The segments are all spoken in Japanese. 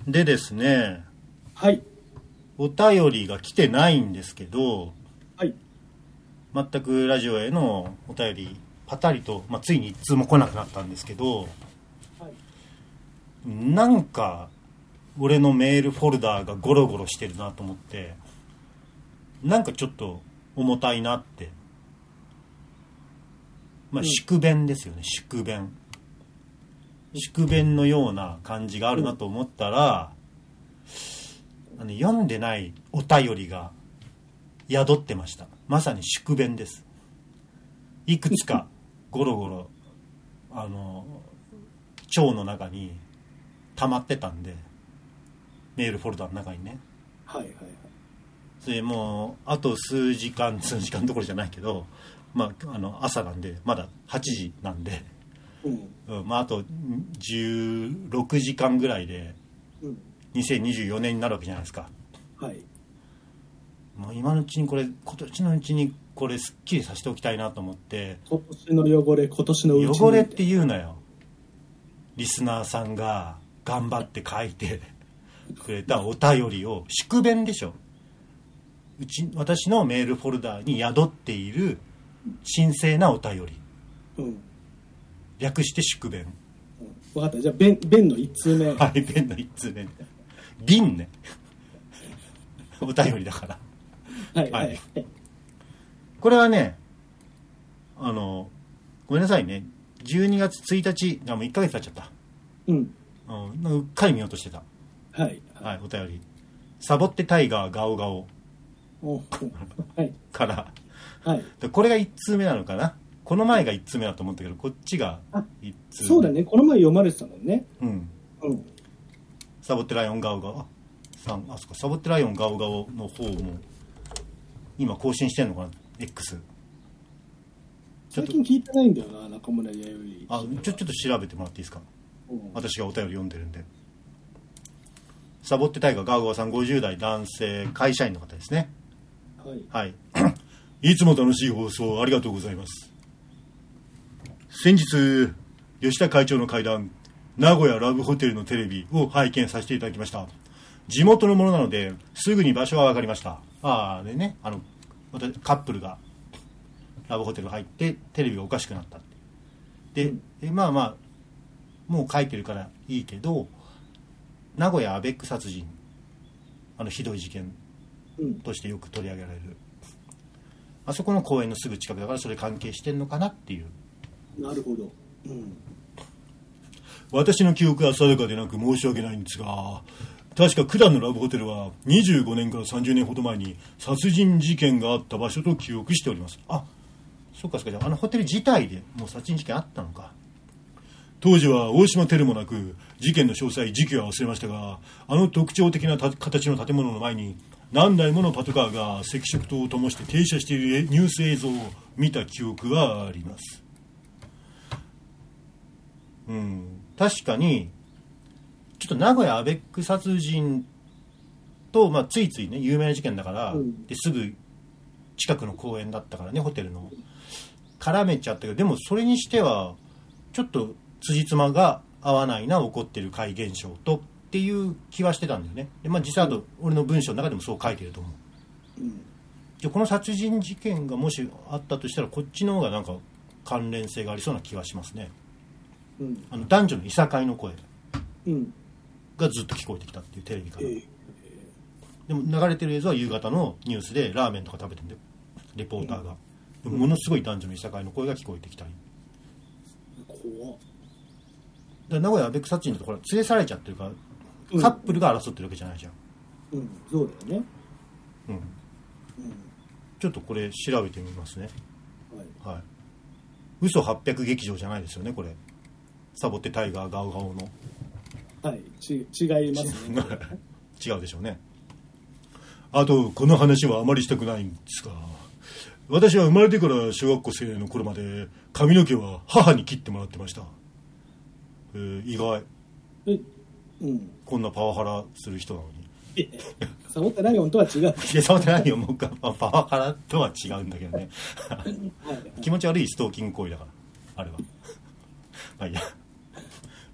でですね、 はい。 お便りが来てないんですけど、 はい。 全くラジオへのお便りパタリと、ついに一通も来なくなったんですけど、 はい。 なんか俺のメールフォルダーがゴロゴロしてるなと思って、なんかちょっと重たいなって、宿便ですよね。宿便のような感じがあるなと思ったら、読んでないお便りが宿ってました。まさに宿便です。いくつかゴロゴロ腸の中に溜まってたんで、メールフォルダの中にね。 はいはいはい。 それもうあと数時間どころじゃないけど、朝なんでまだ8時なんで、あと16時間ぐらいで2024年になるわけじゃないですか。 はい。 もう今のうちに今年のうちにこれすっきりさせておきたいなと思って。 今年の汚れ、今年のうちに。 汚れって言うなよ。リスナーさんが頑張って書いてくれたお便りを、宿便でしょ。私のメールフォルダーに宿っている神聖なお便り、略して宿便。 分かった。じゃあ便の1通目。 はい、便の1通目。便ね。お便りだから。 はいはい。 これはね、ごめんなさいね。12月1日、もう1ヶ月経っちゃった。うっかり見ようとしてた。 はい。 はい、お便り。サボってタイガーガオガオ。 はい。 から。 はい。 これが1通目なのかな。この前が1通目だと思ったけど、こっちが1通目。 そうだね。この前読まれてたもんね。 サボってライオンガオガオ。そうか、サボってライオンガオガオの方も今更新してんのかな、 X。 最近聞いてないんだよな、中村弥生。 ちょっと調べてもらっていいですか。私がお便り読んでるんで。サボってタイガーガオガオさん、50代男性会社員の方ですね。はい、いつも楽しい放送ありがとうございます。先日吉田会長の会談、名古屋ラブホテルのテレビを拝見させていただきました。地元のものなのですぐに場所が分かりました。でね、カップルがラブホテル入ってテレビがおかしくなったって。で、もう書いてるからいいけど、名古屋アベック殺人、ひどい事件としてよく取り上げられる、あそこの公園のすぐ近くだから、それ関係してんのかなっていう。 なるほど。 私の記憶は定かでなく申し訳ないんですが、確か九段のラブホテルは25年から30年ほど前に殺人事件があった場所と記憶しております。そうか、じゃあホテル自体でもう殺人事件あったのか。当時は大島テルもなく、事件の詳細時期は忘れましたが、特徴的な形の建物の前に何台ものパトカーが赤色灯を灯して停車しているニュース映像を見た記憶があります。確かにちょっと名古屋アベック殺人と、ついついね、有名な事件だから、ですぐ近くの公園だったからね、ホテルの絡めちゃったけど、でもそれにしてはちょっと辻褄が合わないな、起こってる怪現象とっていう気はしてたんだよね。で、実際俺の文章の中でもそう書いてると思う。じゃあこの殺人事件がもしあったとしたら、こっちの方がなんか関連性がありそうな気はしますね。男女のいさかいの声がずっと聞こえてきたっていう、テレビから。でも流れてる映像は夕方のニュースでラーメンとか食べてるんで、レポーターが、でもものすごい男女のいさかいの声が聞こえてきたり。 怖っ。 名古屋アベック殺人のところは連れ去られちゃってるから、カップルが争ってるわけじゃないじゃん。 そうだよね。 ちょっとこれ調べてみますね。嘘800劇場じゃないですよね、これ。サボってタイガーガオガオの。 違いますね。 違うでしょうね。あと、この話はあまりしたくないんですが、私は生まれてから小学校生の頃まで髪の毛は母に切ってもらってました。意外。こんなパワハラする人なのに。 サボってライオンとは違う。いや、 サボってライオンもパワハラとは違うんだけどね。気持ち悪いストーキング行為だから、あれは。いや。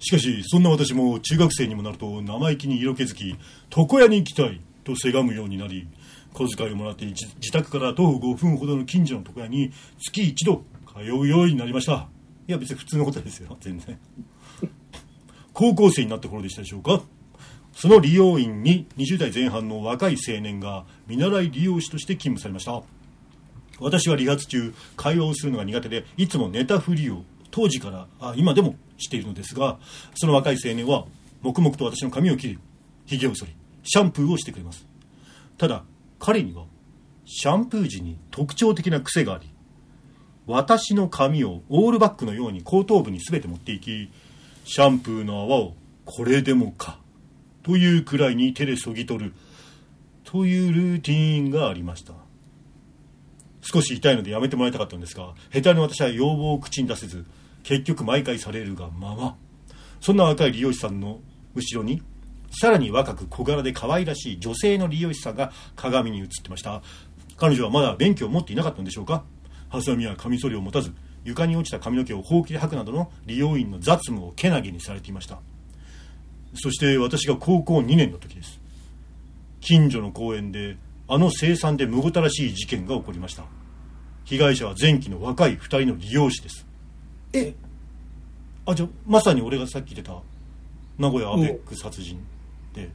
しかしそんな私も中学生にもなると生意気に色気づき、床屋に行きたいとせがむようになり、小遣いをもらって自宅から徒歩5分ほどの近所の床屋に月一度通うようになりました。いや別に普通のことですよ、全然。高校生になった頃でしたでしょうか。その利用員に20代前半の若い青年が見習い理容師として勤務されました。私は理髪中会話をするのが苦手で、いつも寝たふりを当時から今でもしているのですが、その若い青年は黙々と私の髪を切り、ひげを剃り、シャンプーをしてくれます。ただ彼にはシャンプー時に特徴的な癖があり、私の髪をオールバックのように後頭部に全て持っていき、シャンプーの泡をこれでもかというくらいに手でそぎ取るというルーティーンがありました。少し痛いのでやめてもらいたかったんですが、下手に私は要望を口に出せず、結局毎回されるがまま。そんな若い理容師さんの後ろにさらに若く小柄で可愛らしい女性の理容師さんが鏡に映ってました。彼女はまだ免許を持っていなかったのでしょうか。ハサミやカミソリを持たず、床に落ちた髪の毛をほうきで掃くなどの理容院の雑務をけなげにされていました。そして私が高校2年の時です。近所の公園で凄惨でむごたらしい事件が起こりました。被害者は前期の若い2人の理容師です。じゃまさに俺がさっき言ってた名古屋アベック殺人で、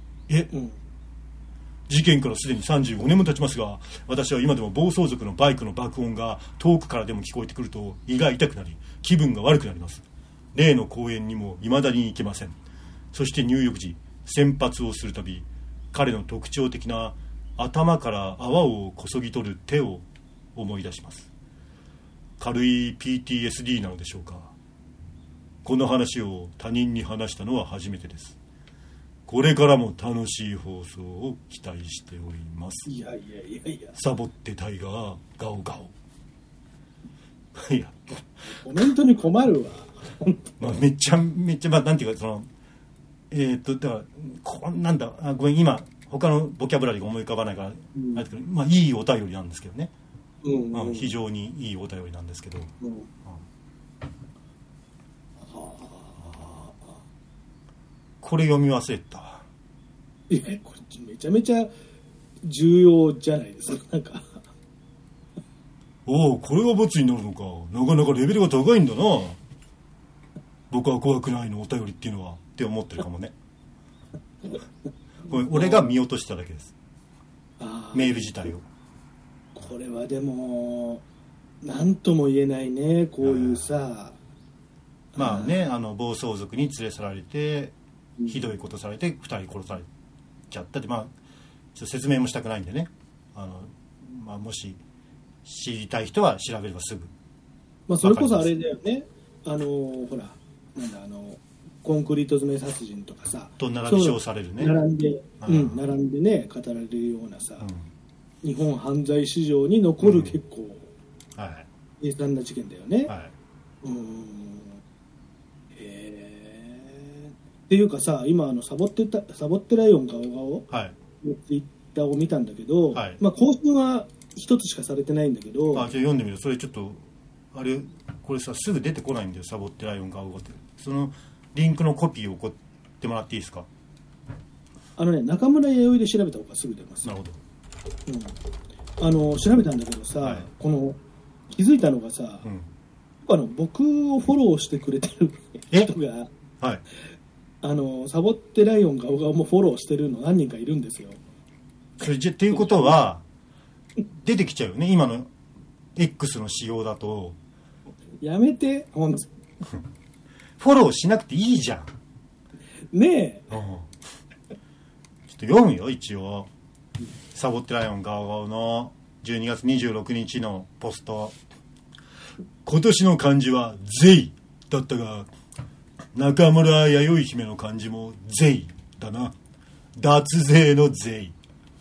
事件からすでに35年も経ちますが、私は今でも暴走族のバイクの爆音が遠くからでも聞こえてくると胃が痛くなり、気分が悪くなります。例の公園にも未だに行けません。そして入浴時、洗髪をするたび、彼の特徴的な頭から泡をこそぎ取る手を思い出します。軽い PTSD なのでしょうか。この話を他人に話したのは初めてです。これからも楽しい放送を期待しております。 いやサボってタイガーガオガオ。いやコメントに困るわ。 めっちゃなんていうか、そのだからなんだ、ごめん、今他のボキャブラリーが思い浮かばないから、あれですけど、いいお便りなんですけどね。非常にいいお便りなんですけど、これ読み忘れた。 これめちゃめちゃ重要じゃないですか。なんかこれがボツになるのか。なかなかレベルが高いんだな。僕は怖くないのお便りっていうのはって思ってるかもね。これ俺が見落としただけです。メール自体を。 これはでも何とも言えないね、こういうさ。 暴走族に連れ去られて、ひどいことされて2人殺されちゃったって、ちょっと説明もしたくないんでね、もし知りたい人は調べればすぐ、 それこそあれだよね、ほらなんだコンクリート詰め殺人とかさと並び称されるね、 並んでね語られるようなさ、日本犯罪史上に残る結構悲惨な事件だよね。っていうかさ、今サボってライオンガオガオのツイッターを見たんだけど、更新は一つしかされてないんだけど、 じゃあ読んでみる。それちょっとこれさすぐ出てこないんだよ、サボってライオンガオガオって。そのリンクのコピーを送ってもらっていいですか。 中村弥生で調べた方がすぐ出ます。 なるほど。調べたんだけどさ、この気づいたのがさ、僕をフォローしてくれてる人がサボってライオンガオガオもフォローしてるの何人かいるんですよ。 それっていうことは出てきちゃうよね、今の X の仕様だと。 やめて、ほんとフォローしなくていいじゃんねえ。 ちょっと読むよ、一応。サボってライオンガオガオの12月26日のポスト。今年の漢字は税だったが、中村弥生姫の漢字も税だな。脱税の税。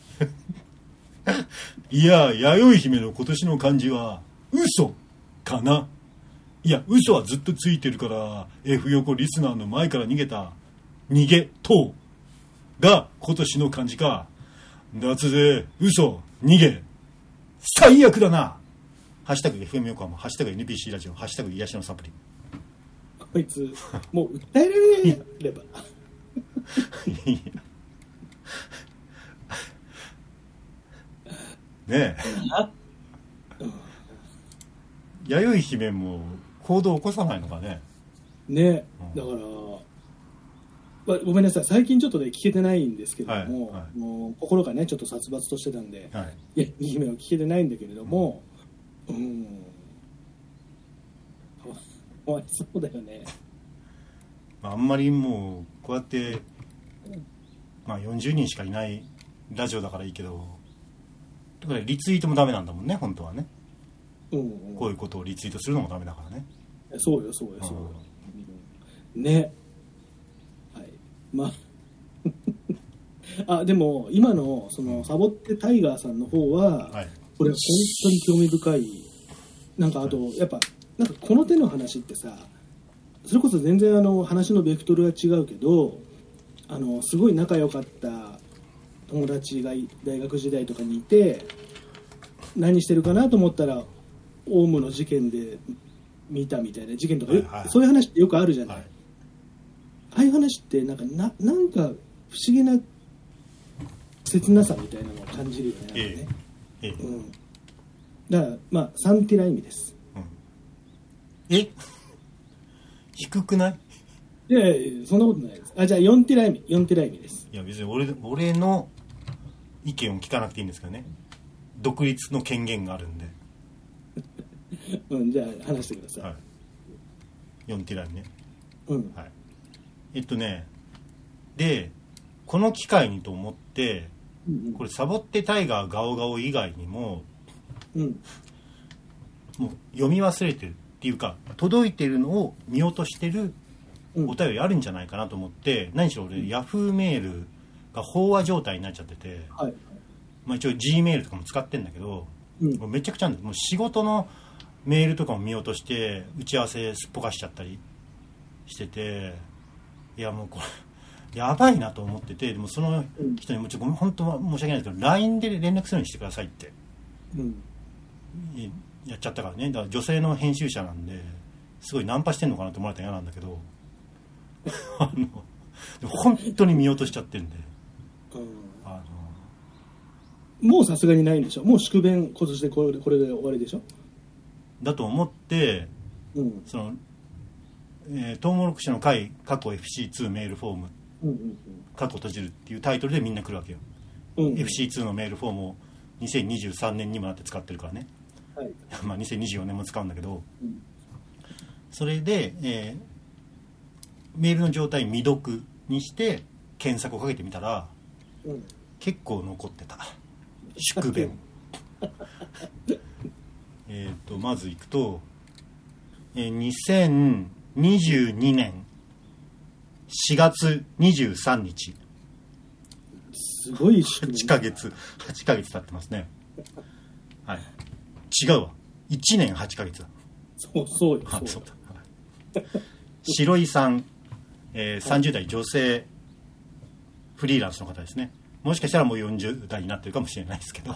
いや、弥生姫の今年の漢字は嘘かな。いや、嘘はずっとついてるから、F 横リスナーの前から逃げた逃げとが今年の漢字か。脱税、嘘、逃げ、最悪だな。ハッシュタグ FM 横浜、ハッシュタグ NBC ラジオ、ハッシュタグ癒しのサプリ。 こいつもう訴えられればねえ弥生姫も行動を起こさないのかね。 ね、だから、ごめんなさい、最近ちょっとね聞けてないんですけれども、もう心がねちょっと殺伐としてたんで、弥生姫を聞けてないんだけれども、かわいそうだよね。 あんまりもうこうやって、40人しかいないラジオだからいいけど、リツイートもダメなんだもんね本当はね。こういうことをリツイートするのもダメだからね。 そうよね。はい、あでも今のそのサボってタイガーさんの方は、これ本当に興味深い。なんかあとやっぱなんかこの手の話ってさ、それこそ全然話のベクトルは違うけど、すごい仲良かった友達が大学時代とかにいて、何してるかなと思ったらオウムの事件で見たみたいな事件とか、そういう話ってよくあるじゃない。ああいう話ってなんか不思議な切なさみたいなのを感じるよね。だからサンティラ意味です。 低くない？ いやそんなことないです。じゃあ4ティラ意味です。 いや別に俺の意見を聞かなくていいんですけどね。独立の権限があるんで。 じゃあ話してください。 4ティライね。でこの機会にと思って、これサボってタイガーガオガオ以外にも、もう読み忘れてるっていうか届いてるのを見落としてるお便りあるんじゃないかなと思って、何しろ俺、ヤフーメールが飽和状態になっちゃってて、一応 G メールとかも使ってんだけど、めちゃくちゃあるんです。もう仕事のメールとかも見落として打ち合わせすっぽかしちゃったりしてて、いやもうこれやばいなと思ってて、でもその人にもごめん本当は申し訳ないですけど LINE で連絡するようにしてくださいって、やっちゃったからね。だから女性の編集者なんですごいナンパしてんのかなと思われたら嫌なんだけど本当に見落としちゃってるんで、 もうさすがにないんでしょ。もう宿便今年でこれで終わりでしょ。 だと思って、そのトウモロコシの会過去 FC2 メールフォーム、過去閉じるっていうタイトルでみんな来るわけよ。FC2 のメールフォームを2023年にもなって使ってるからね。2024年も使うんだけど、それで、メールの状態未読にして検索をかけてみたら、結構残ってた宿便まずいくと、2022年4月23日、 すごい 8ヶ月経ってますね。違うわ、1年8ヶ月だ。 そうだ。 白井さん、30代女性フリーランスの方ですね。もしかしたらもう40代になってるかもしれないですけど、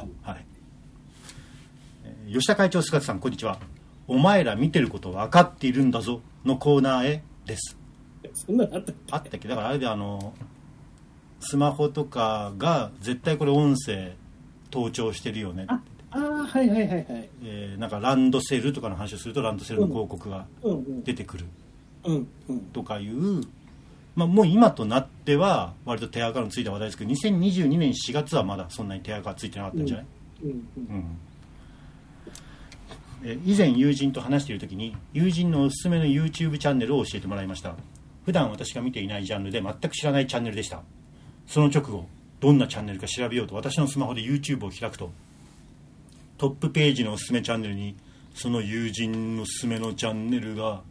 吉田会長、菅田さん、こんにちは。お前ら見てること分かっているんだぞのコーナーへです。 そんなのあったっけ？ あったっけ？だからあれでスマホとかが絶対これ音声盗聴してるよねって。なんかランドセルとかの話をするとランドセルの広告が出てくるとかいう、もう今となっては割と手垢のついた話題ですけど、2022年4月はまだそんなに手垢がついてなかったんじゃない？以前友人と話している時に友人のおすすめの YouTube チャンネルを教えてもらいました。普段私が見ていないジャンルで全く知らないチャンネルでした。その直後どんなチャンネルか調べようと私のスマホで YouTube を開くと、トップページのおすすめチャンネルにその友人のおすすめのチャンネルが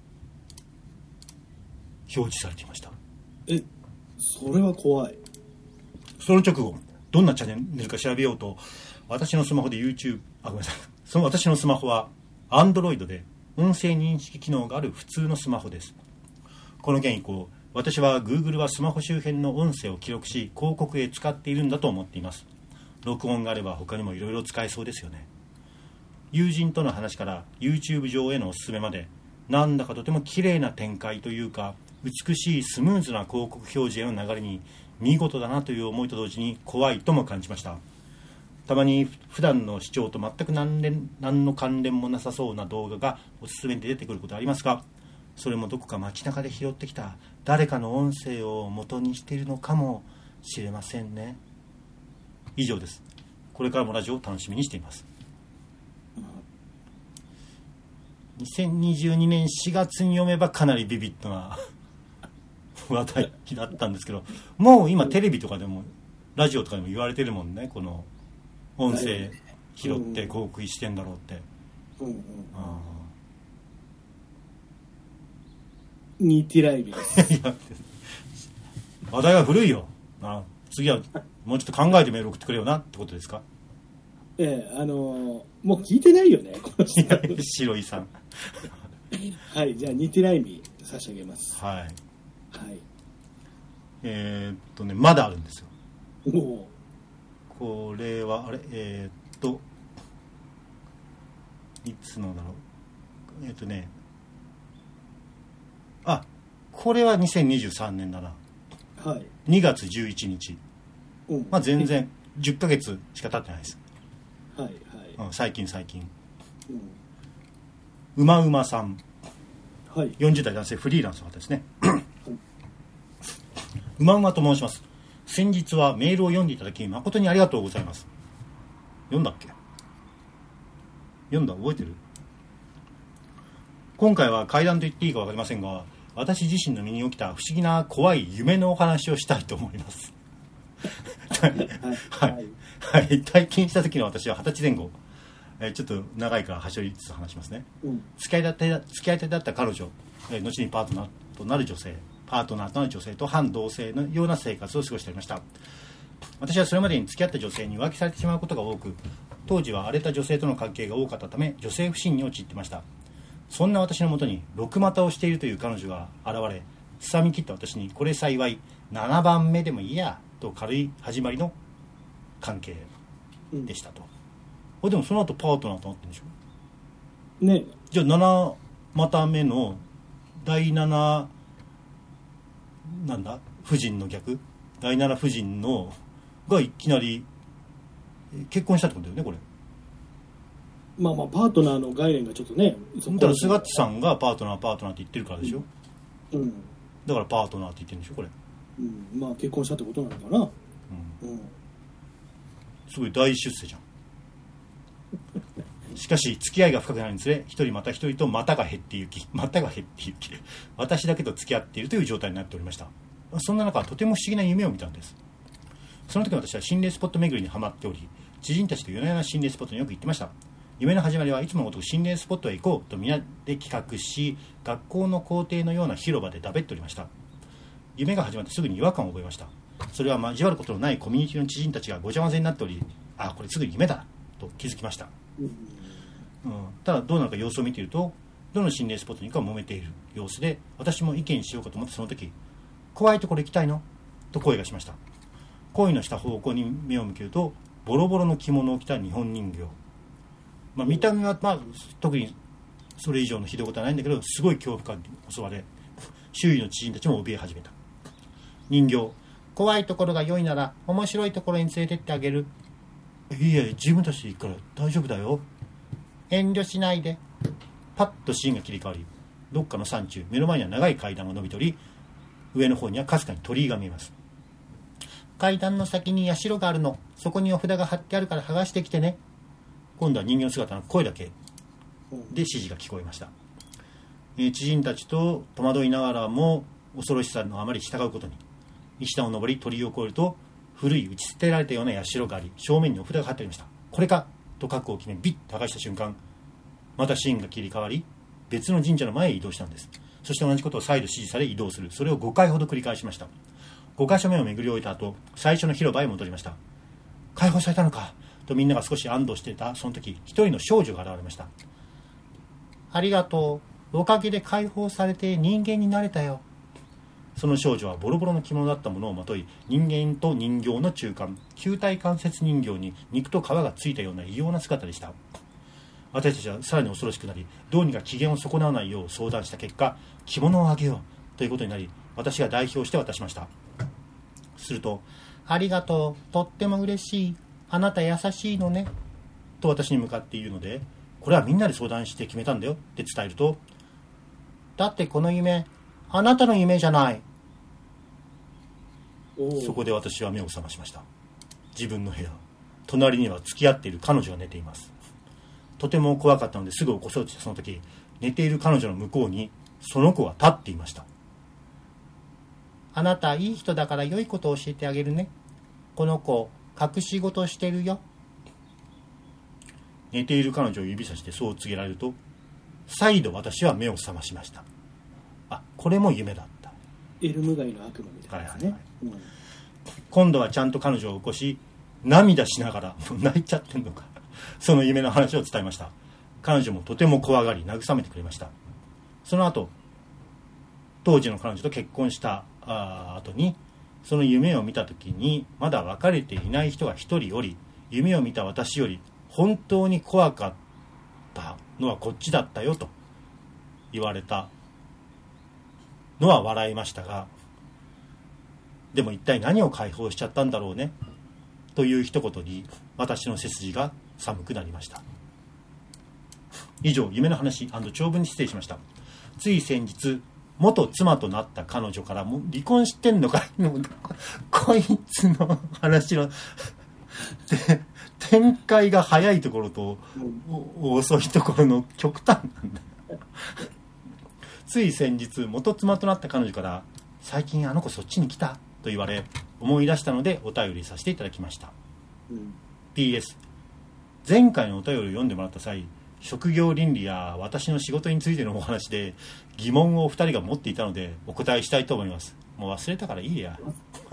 表示されていました。 それは怖い。 その直後どんなチャンネルか調べようと私のスマホで YouTube、 ごめんなさい、その私のスマホは Android で音声認識機能がある普通のスマホです。この件以降私は Google はスマホ周辺の音声を記録し広告へ使っているんだと思っています。録音があれば他にもいろいろ使えそうですよね。友人との話から YouTube 上へのおすすめまでなんだかとても綺麗な展開というか、美しいスムーズな広告表示への流れに見事だなという思いと同時に怖いとも感じました。たまに普段の視聴と全く何の関連もなさそうな動画がおすすめで出てくることありますが、それもどこか街中で拾ってきた誰かの音声を元にしているのかもしれませんね。以上です。これからもラジオを楽しみにしています。2022年4月に読めばかなりビビッドな話題だったんですけど、もう今テレビとかでもラジオとかでも言われてるもんね、この音声拾って広告してんだろうって。 ニーティライビです話題は古いよ。次はもうちょっと考えてメール送ってくれよなってことですか。 もう聞いてないよね、この人。 白井さんはい、じゃあニーティライビ差し上げます。 はい、 はい。 まだあるんですよ。 おこれはあれいつのだろう。これは2023年だな。 はい。 2月11日。まあ全然10ヶ月しか経ってないです。 はいはい。 最近。うまうまさん。 はい。 40代男性フリーランスの方ですね。うまうまと申します。先日はメールを読んでいただき誠にありがとうございます。読んだっけ？読んだ？覚えてる？今回は怪談と言っていいか分かりませんが、私自身の身に起きた不思議な怖い夢のお話をしたいと思います。はい、体験した時の私は20歳前後。ちょっと長いから端折りつつ話しますね。付き合い手だった彼女、後にパートナーとなる女性と反同性のような生活を過ごしておりました。私はそれまでに付き合った女性に浮気されてしまうことが多く、当時は荒れた女性との関係が多かったため女性不信に陥っていました。そんな私のもとに六股をしているという彼女が現れ、すさみ切った私に、これ幸い7番目でもいいやと軽い始まりの関係でしたと。でもその後パートナーとなってるんでしょね。 じゃあ7股目の第7なんだ夫人の逆、第7夫人のがいきなり結婚したってことだよね、これ。 まあパートナーの概念がちょっとね。 だから菅地さんがパートナーって言ってるからでしょ。だからパートナーって言ってるんでしょ、これ。 まあ結婚したってことなのかな。 すごい大出世じゃん。しかし付き合いが深くなるにつれ、一人また一人と股が減ってゆき私だけと付き合っているという状態になっておりました。そんな中、とても不思議な夢を見たんです。その時私は心霊スポット巡りにはまっており、知人たちと夜な夜な心霊スポットによく行ってました。夢の始まりはいつものごとく心霊スポットへ行こうとみんなで企画し、学校の校庭のような広場でだべっておりました。夢が始まってすぐに違和感を覚えました。それは交わることのないコミュニティの知人たちがごちゃ混ぜになっており、これすぐに夢だと気づきました。ただどうなるか様子を見ていると、どの心霊スポットにか揉めている様子で、私も意見しようかと思って、その時、怖いところ行きたいのと声がしました。声のした方向に目を向けると、ボロボロの着物を着た日本人形。見た目は特にそれ以上のひどいことはないんだけど、すごい恐怖感に襲われ、周囲の知人たちも怯え始めた。人形、怖いところが良いなら面白いところに連れてってあげる。いや自分たちで行くから大丈夫だよ、遠慮しないで。パッとシーンが切り替わり、どっかの山中、目の前には長い階段が伸びており、上の方にはかすかに鳥居が見えます。階段の先に社があるの、そこにお札が貼ってあるから剥がしてきてね。今度は人形の姿の声だけで指示が聞こえました。知人たちと戸惑いながらも恐ろしさのあまり従うことに、石段を登り鳥居を越えると、古い打ち捨てられたような社があり、正面にお札が貼ってありました。これかと覚悟を決め、ビッと剥がした瞬間、またシーンが切り替わり、別の神社の前へ移動したんです。そして同じことを再度指示され移動する。それを5回ほど繰り返しました。5カ所目を巡り終えた後、最初の広場へ戻りました。解放されたのかとみんなが少し安堵していたその時、一人の少女が現れました。ありがとう、おかげで解放されて人間になれたよ。その少女はボロボロの着物だったものをまとい、人間と人形の中間、球体関節人形に肉と皮がついたような異様な姿でした。 私たちはさらに恐ろしくなり、どうにか機嫌を損なわないよう相談した結果、着物をあげようということになり、私が代表して渡しました。すると、ありがとう、とっても嬉しい、あなた優しいのねと私に向かって言うので、これはみんなで相談して決めたんだよって伝えると、だってこの夢あなたの夢じゃない。そこで私は目を覚ましました。自分の部屋、隣には付き合っている彼女が寝ています。とても怖かったのですぐ起こそうとしたその時、寝ている彼女の向こうにその子は立っていました。あなたいい人だから良いことを教えてあげるね。この子隠し事してるよ。寝ている彼女を指さしてそう告げられると、再度私は目を覚ましました。あ、これも夢だった。 エルム街の悪夢みたいなですね。 今度はちゃんと彼女を起こし、涙しながら、もう泣いちゃってんのか、その夢の話を伝えました。彼女もとても怖がり慰めてくれました。その後、当時の彼女と結婚した後に、その夢を見た時にまだ別れていない人が一人おり、夢を見た私より本当に怖かったのはこっちだったよと言われたのは笑いましたが、でも一体何を解放しちゃったんだろうねという一言に私の背筋が寒くなりました。以上、夢の話&長文に失礼しました。つい先日、元妻となった彼女からもう離婚してんのかこいつの話の展開が早いところと遅いところの極端なんだ。つい先日、元妻となった彼女から最近あの子そっちに来たと言われ、思い出したのでお便りさせていただきました。PS、 前回のお便りを読んでもらった際、職業倫理や私の仕事についてのお話で疑問をお二人が持っていたのでお答えしたいと思います。もう忘れたからいいや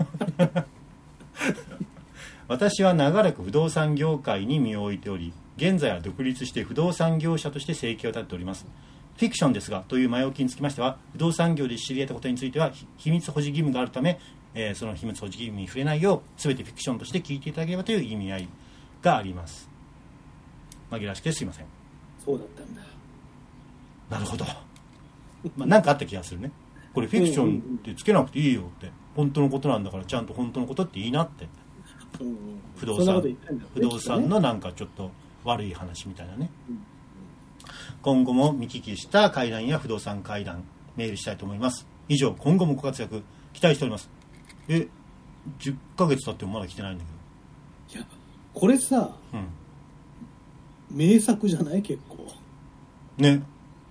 私は長らく不動産業界に身を置いており、現在は独立して不動産業者として生計を立てております。フィクションですがという前置きにつきましては、不動産業で知り得たことについては秘密保持義務があるため、その秘密保持義務に触れないよう全てフィクションとして聞いていただければという意味合いがあります。紛らわしくてすいません。 そうだったんだ。 なるほど。なんかあった気がするね。これフィクションってつけなくていいよって、本当のことなんだからちゃんと本当のことっていいなって、不動産のなんかちょっと悪い話みたいなね。今後も見聞きした怪談や不動産怪談メールしたいと思います。以上、今後もご活躍期待しております。10ヶ月経ってもまだ来てないんだけど。いや、これさ、名作じゃない？結構ね。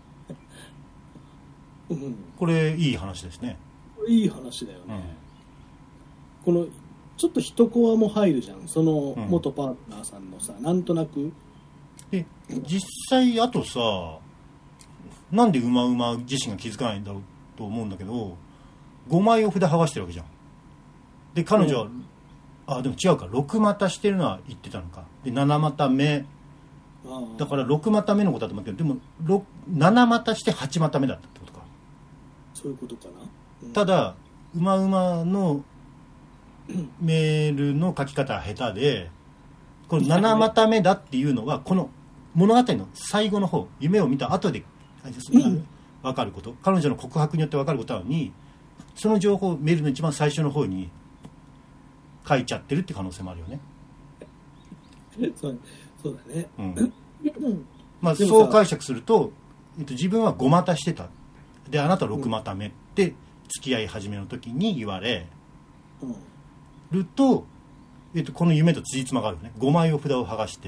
これいい話ですね。 いい話だよね。このちょっと一コアも入るじゃん、その元パートナーさんのさ、なんとなく。 で実際あとさ、なんで馬自身が気づかないんだろうと思うんだけど、5枚を札剥がしてるわけじゃん。で彼女は、でも違うか、6股してるのは言ってたのか。で7股目だから6股目のことだと思うけど、でも7股して8股目だったってことか。 そういうことかな。 ただ馬のメールの書き方は下手で、この7股目だっていうのはこの物語の最後の方、夢を見た後で分かること、彼女の告白によって分かることなのに、その情報をメールの一番最初の方に書いちゃってるって可能性もあるよね。 そうだね。 そう解釈すると、自分は5股してた。であなた6股目って付き合い始めの時に言われると、この夢と辻褄があるよね。5枚を札を剥がして、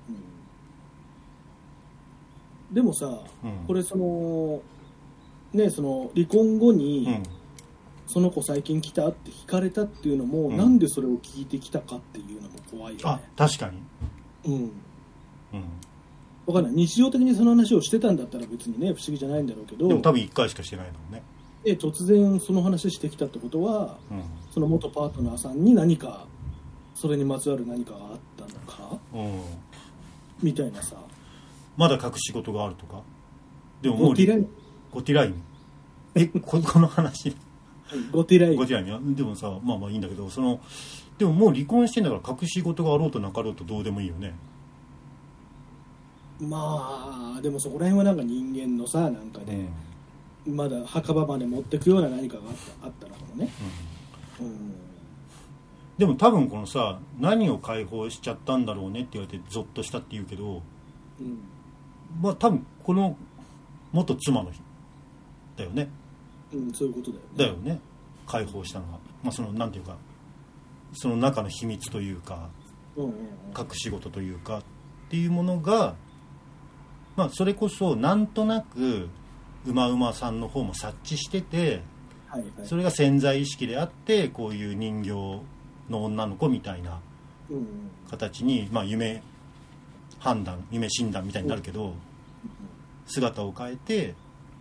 でもさ、これその離婚後に、その子最近来たって聞かれたっていうのも、なんでそれを聞いてきたかっていうのも怖いよね。 あ、確かに。 分かんない、日常的にその話をしてたんだったら別にね不思議じゃないんだろうけど、 でも多分1回しかしてないもんね。 突然その話してきたってことは、その元パートナーさんに何かそれにまつわる何かがあったのか、みたいなさ。まだ隠し事があるとか。でももうゴティラインこの話ゴティラインでもさ、まあいいんだけど、でももう離婚してんだから隠し事があろうとなかろうとどうでもいいよね。 まあでもそこら辺はなんか人間のさなんかで、まだ墓場まで持ってくような何かがあったのかもね、 でも多分このさ何を解放しちゃったんだろうねって言われてゾッとしたって言うけど、まあ多分この元妻の日だよね、 そういうことだよね解放したのが、まあそのなんていうかその中の秘密というか、隠し事というかっていうものが、まあそれこそなんとなくうまうまさんの方も察知してて、それが潜在意識であってこういう人形の女の子みたいな形に、まあ夢診断みたいになるけど、姿を変えて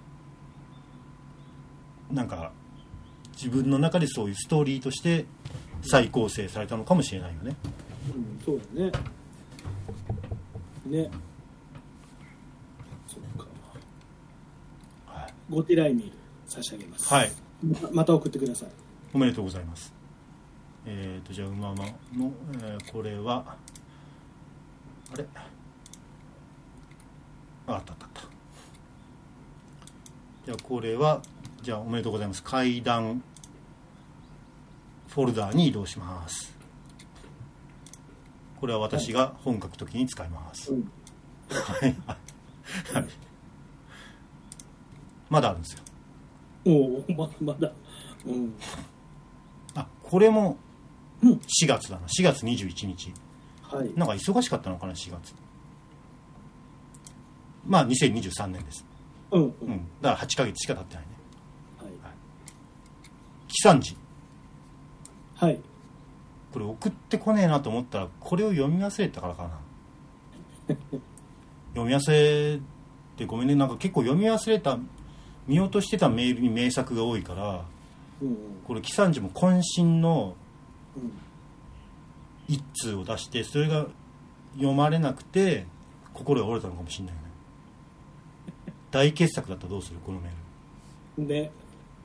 なんか自分の中でそういうストーリーとして再構成されたのかもしれないよね。 そうだね。ね。そっか。ゴティライミール差し上げます。また送ってください。 おめでとうございます。じゃあ馬の、これはあれあった。じゃあこれはじゃあおめでとうございます。階段フォルダーに移動します。これは私が本書くときに使います。まだあるんですよ。 まだ。 これも4月だな。4月21日。なんか忙しかったのかな4月。まあ2023年です。だから8ヶ月しか経ってないね。喜三治。これ送ってこねえなと思ったらこれを読み忘れたからかな。読み忘れてごめんね。なんか結構読み忘れた見落としてたメールに名作が多いから、これ喜三治も渾身の一通を出してそれが読まれなくて心が折れたのかもしれないよね。大傑作だったらどうするこのメールね。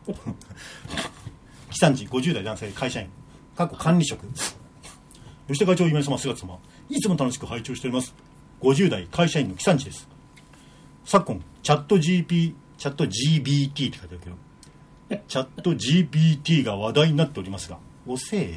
喜三治50代男性会社員管理職吉田会長今井様菅様いつも楽しく拝聴しております。50代会社員の喜三治です。昨今チャット GBT って書いてあるけどチャット GPT が話題になっておりますが遅えよ。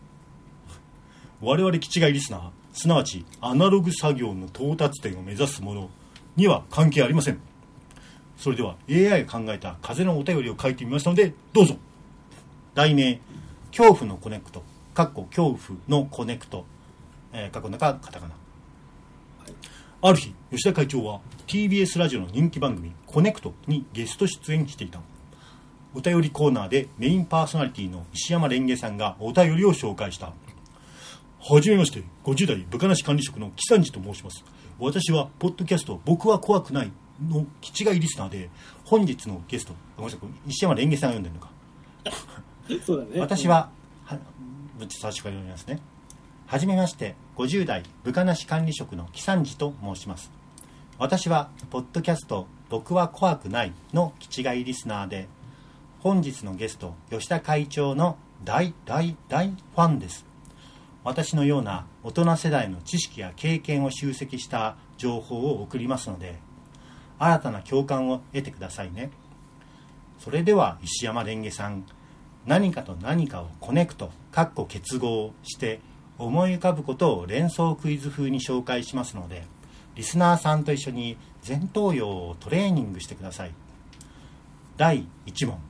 我々気違いリスナーすなわちアナログ作業の到達点を目指すものには関係ありません。それでは AI が考えた風のお便りを書いてみましたのでどうぞ。題名恐怖のコネクト恐怖のコネクト過去の中カタカナ。ある日吉田会長は TBS ラジオの人気番組コネクトにゲスト出演していた。お便りコーナーでメインパーソナリティの石山レンゲさんがお便りを紹介した。はじめまして50代部下なし管理職の喜三治と申します。私はポッドキャスト僕は怖くないの気違いリスナーで本日のゲスト石山レンゲさんが読んでるのかそうだね。 私は最初から読みますね。はじめまして50代部下なし管理職の喜三治と申します。私はポッドキャスト僕は怖くないの気違いリスナーで本日のゲスト吉田会長の大ファンです。私のような大人世代の知識や経験を集積した情報を送りますので新たな共感を得てくださいね。それでは石山レンゲさん何かと何かをコネクト結合して思い浮かぶことを連想クイズ風に紹介しますのでリスナーさんと一緒に前頭葉をトレーニングしてください。第1問。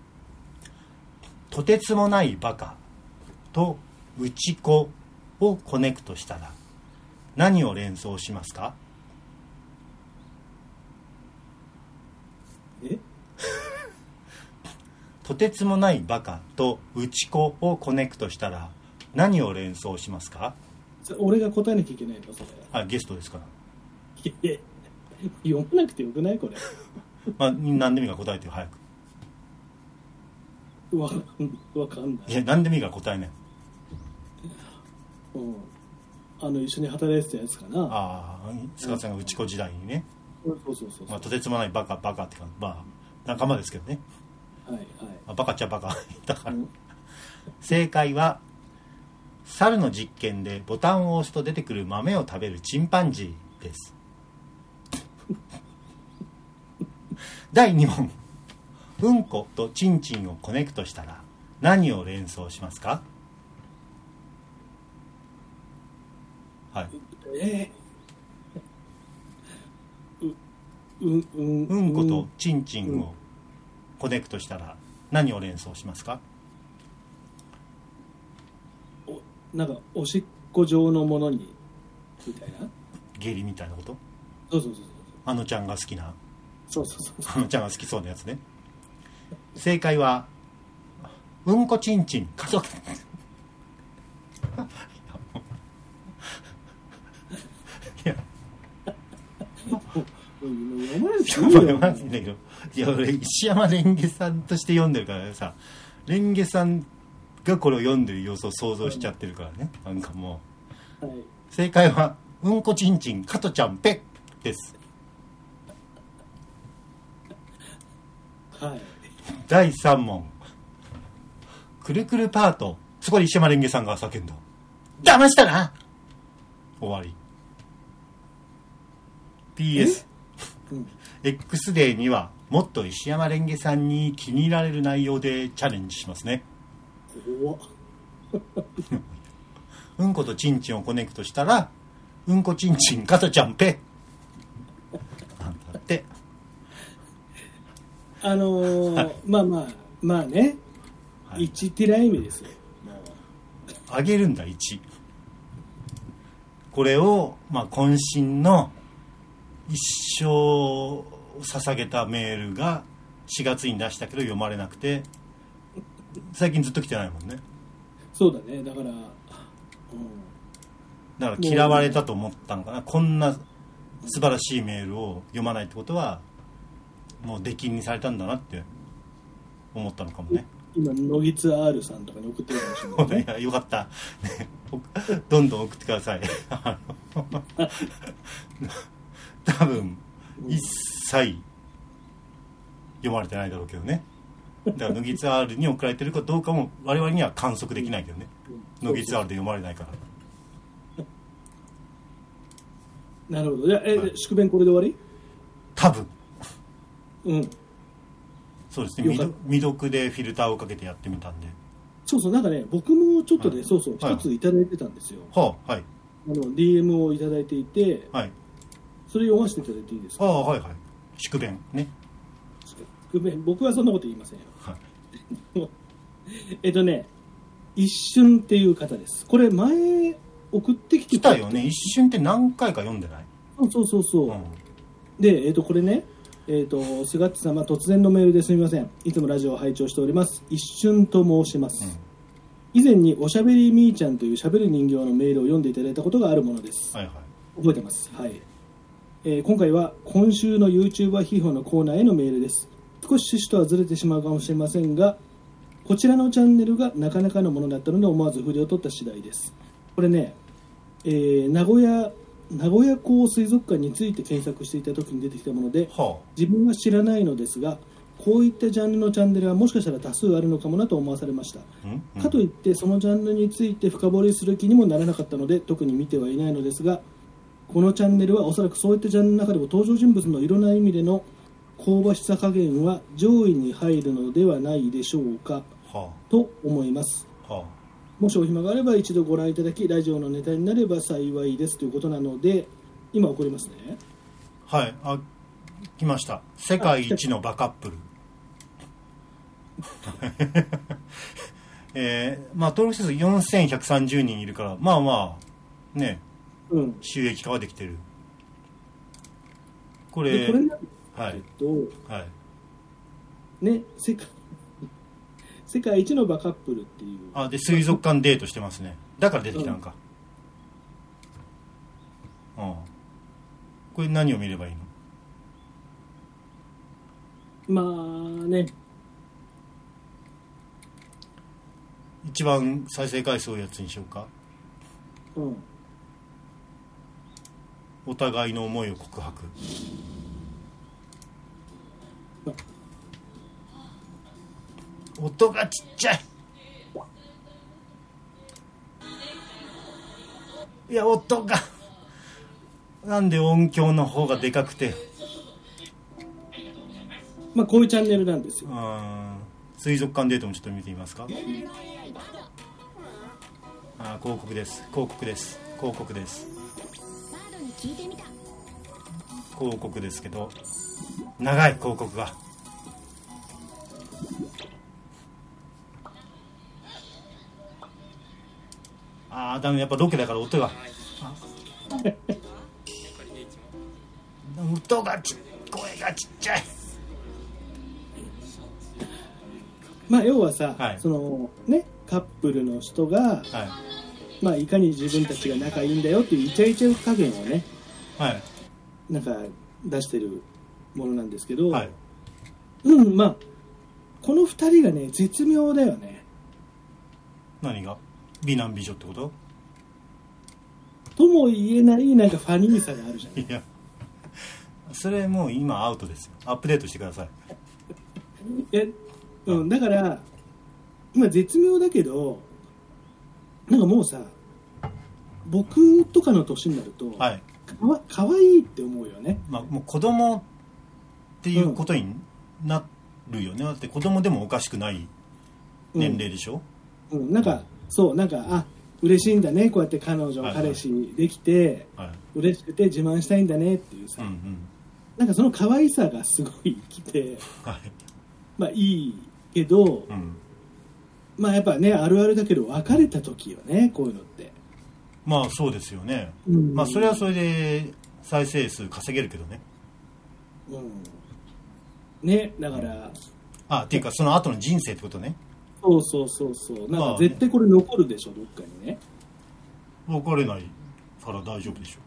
とてつもないバカと内子をコネクトしたら何を連想しますか？とてつもないバカと内子をコネクトしたら何を連想しますか？ 俺が答えなきゃいけないのそれ。 ゲストですから。 読まなくてよくないこれ。 何でもいいから答えてよ早く。 わかんない。 いや何でもいいから答えね。 一緒に働いてたやつかな。 菅さんが内子時代にね。 そうとてつもないバカっていうか仲間ですけどね。バカっちゃバカだから、正解は猿の実験でボタンを押すと出てくる豆を食べるチンパンジーです。 第2問。うんことちんちんをコネクトしたら何を連想しますか？はい。うんことちんちんをコネクトしたら何を連想しますか？ なんかおしっこ状のものにみたいな、 下痢みたいなこと？ そうそうそうそう、 あのちゃんが好きな、 そうそうそうそう、 あのちゃんが好きそうなやつね。正解はうんこちんちん家族いや読まないんだけど、いや俺石山レンゲさんとして読んでるからさ、レンゲさんがこれを読んでる様子を想像しちゃってるからね、なんかもう、はい、正解はうんこちんちん加トちゃんペッです。 はい。 第3問。くるくるパート。そこで石山レンゲさんが叫んだ。騙したな。終わり。PS、X デーにはもっと石山レンゲさんに気に入られる内容でチャレンジしますね。 怖っうんことちんちんをコネクトしたらうんこちんちん加トちゃんペなんだって。 はい、まあまあまあね、はい、1ティライ目ですよ。 あげるんだ1。これをまあ渾身の一生を捧げたメールが4月に出したけど読まれなくて、最近ずっと来てないもんね。 そうだね。だから、 だから嫌われたと思ったのかな。こんな素晴らしいメールを読まないってことはもう出禁にされたんだなって思ったのかもね。 今野木津 R さんとかに送ってるかもしれない、ね、 いやよかった、ね、どんどん送ってください多分一切読まれてないだろうけどね。だから野木津 R に送られてるかどうかも我々には観測できないけどね、野木津 R で読まれないから。 なるほど。じゃあ、宿便これで終わり？ 多分。 うん。 そうですね。未読でフィルターをかけてやってみたんで。 そうそう、なんかね、僕もちょっとね、はい、そうそう、一ついただいてたんですよ。 はあ、はい。 DM をいただいていて、 はい。 それ読ませていただいていいですか？ ああ、はいはい。宿便ね。 宿便、僕はそんなこと言いませんよ。はい。一瞬っていう方です。これ前送ってきたよね。一瞬って何回か読んでない？ そうそうそう。うん、で、これね、菅っち様、突然のメールですみません。いつもラジオを拝聴しております。一瞬と申します。以前におしゃべりみーちゃんというしゃべる人形のメールを読んでいただいたことがあるものです。はいはい。覚えてます。はい。今回は今週の YouTuber 批評のコーナーへのメールです。少し趣旨とはずれてしまうかもしれませんが、こちらのチャンネルがなかなかのものだったので思わず筆を取った次第です。これね、名古屋港水族館について検索していた時に出てきたもので、自分は知らないのですが、こういったジャンルのチャンネルはもしかしたら多数あるのかもなと思わされました。かといってそのジャンルについて深掘りする気にもならなかったので特に見てはいないのですが、このチャンネルはおそらくそういったジャンルの中でも登場人物のいろんな意味での香ばしさ加減は上位に入るのではないでしょうか、と思います。もしお暇があれば一度ご覧いただき、ラジオのネタになれば幸いですということなので、今送りますね。 はい、来ました。世界一のバカップルまあ登録者数4130人いるから、まあまあね、収益化はできてる。これなんですけど、 はいね、世界一のバカップルっていう。 で水族館デートしてますね。だから出てきたのか。これ何を見ればいいの？まあね。 一番再生回数多いやつにしようか。お互いの思いを告白。音がちっちゃい。いや、音がなんで音響の方がでかくて。 まあこういうチャンネルなんですよ。 水族館デートもちょっと見てみますか。広告です広告です広告です広告ですけど、長い広告が。ダメ、やっぱロケだから音が音が声がちっちゃい。 まあ要はさ、はい、そのねカップルの人が、はい、まあいかに自分たちが仲いいんだよっていうイチャイチャ加減をね、はい、なんか出してるものなんですけど、はい、まあこの二人がね絶妙だよね。 何が美男美女ってこととも言えないなんかファニーさがあるじゃない。 いやそれもう今アウトですよ。アップデートしてください。 だから今絶妙だけど、なんかもうさ僕とかの年になると、はい、かわいいって思うよね。 まあ、もう子供っていうことになるよね、だって子供でもおかしくない年齢でしょ、 なんかそうなんか嬉しいんだねこうやって彼女、はいはい、彼氏できて、はい、嬉しくて自慢したいんだねっていうさ、なんかその可愛さがすごいきて、はい、まあいいけど、まあやっぱねあるあるだけど別れた時よねこういうのって。 まあそうですよね、まあそれはそれで再生数稼げるけどね、 ねだから、 っていうかその後の人生ってことね。 そうなんか絶対これ残るでしょ、どっかにね。 別れないから大丈夫でしょ。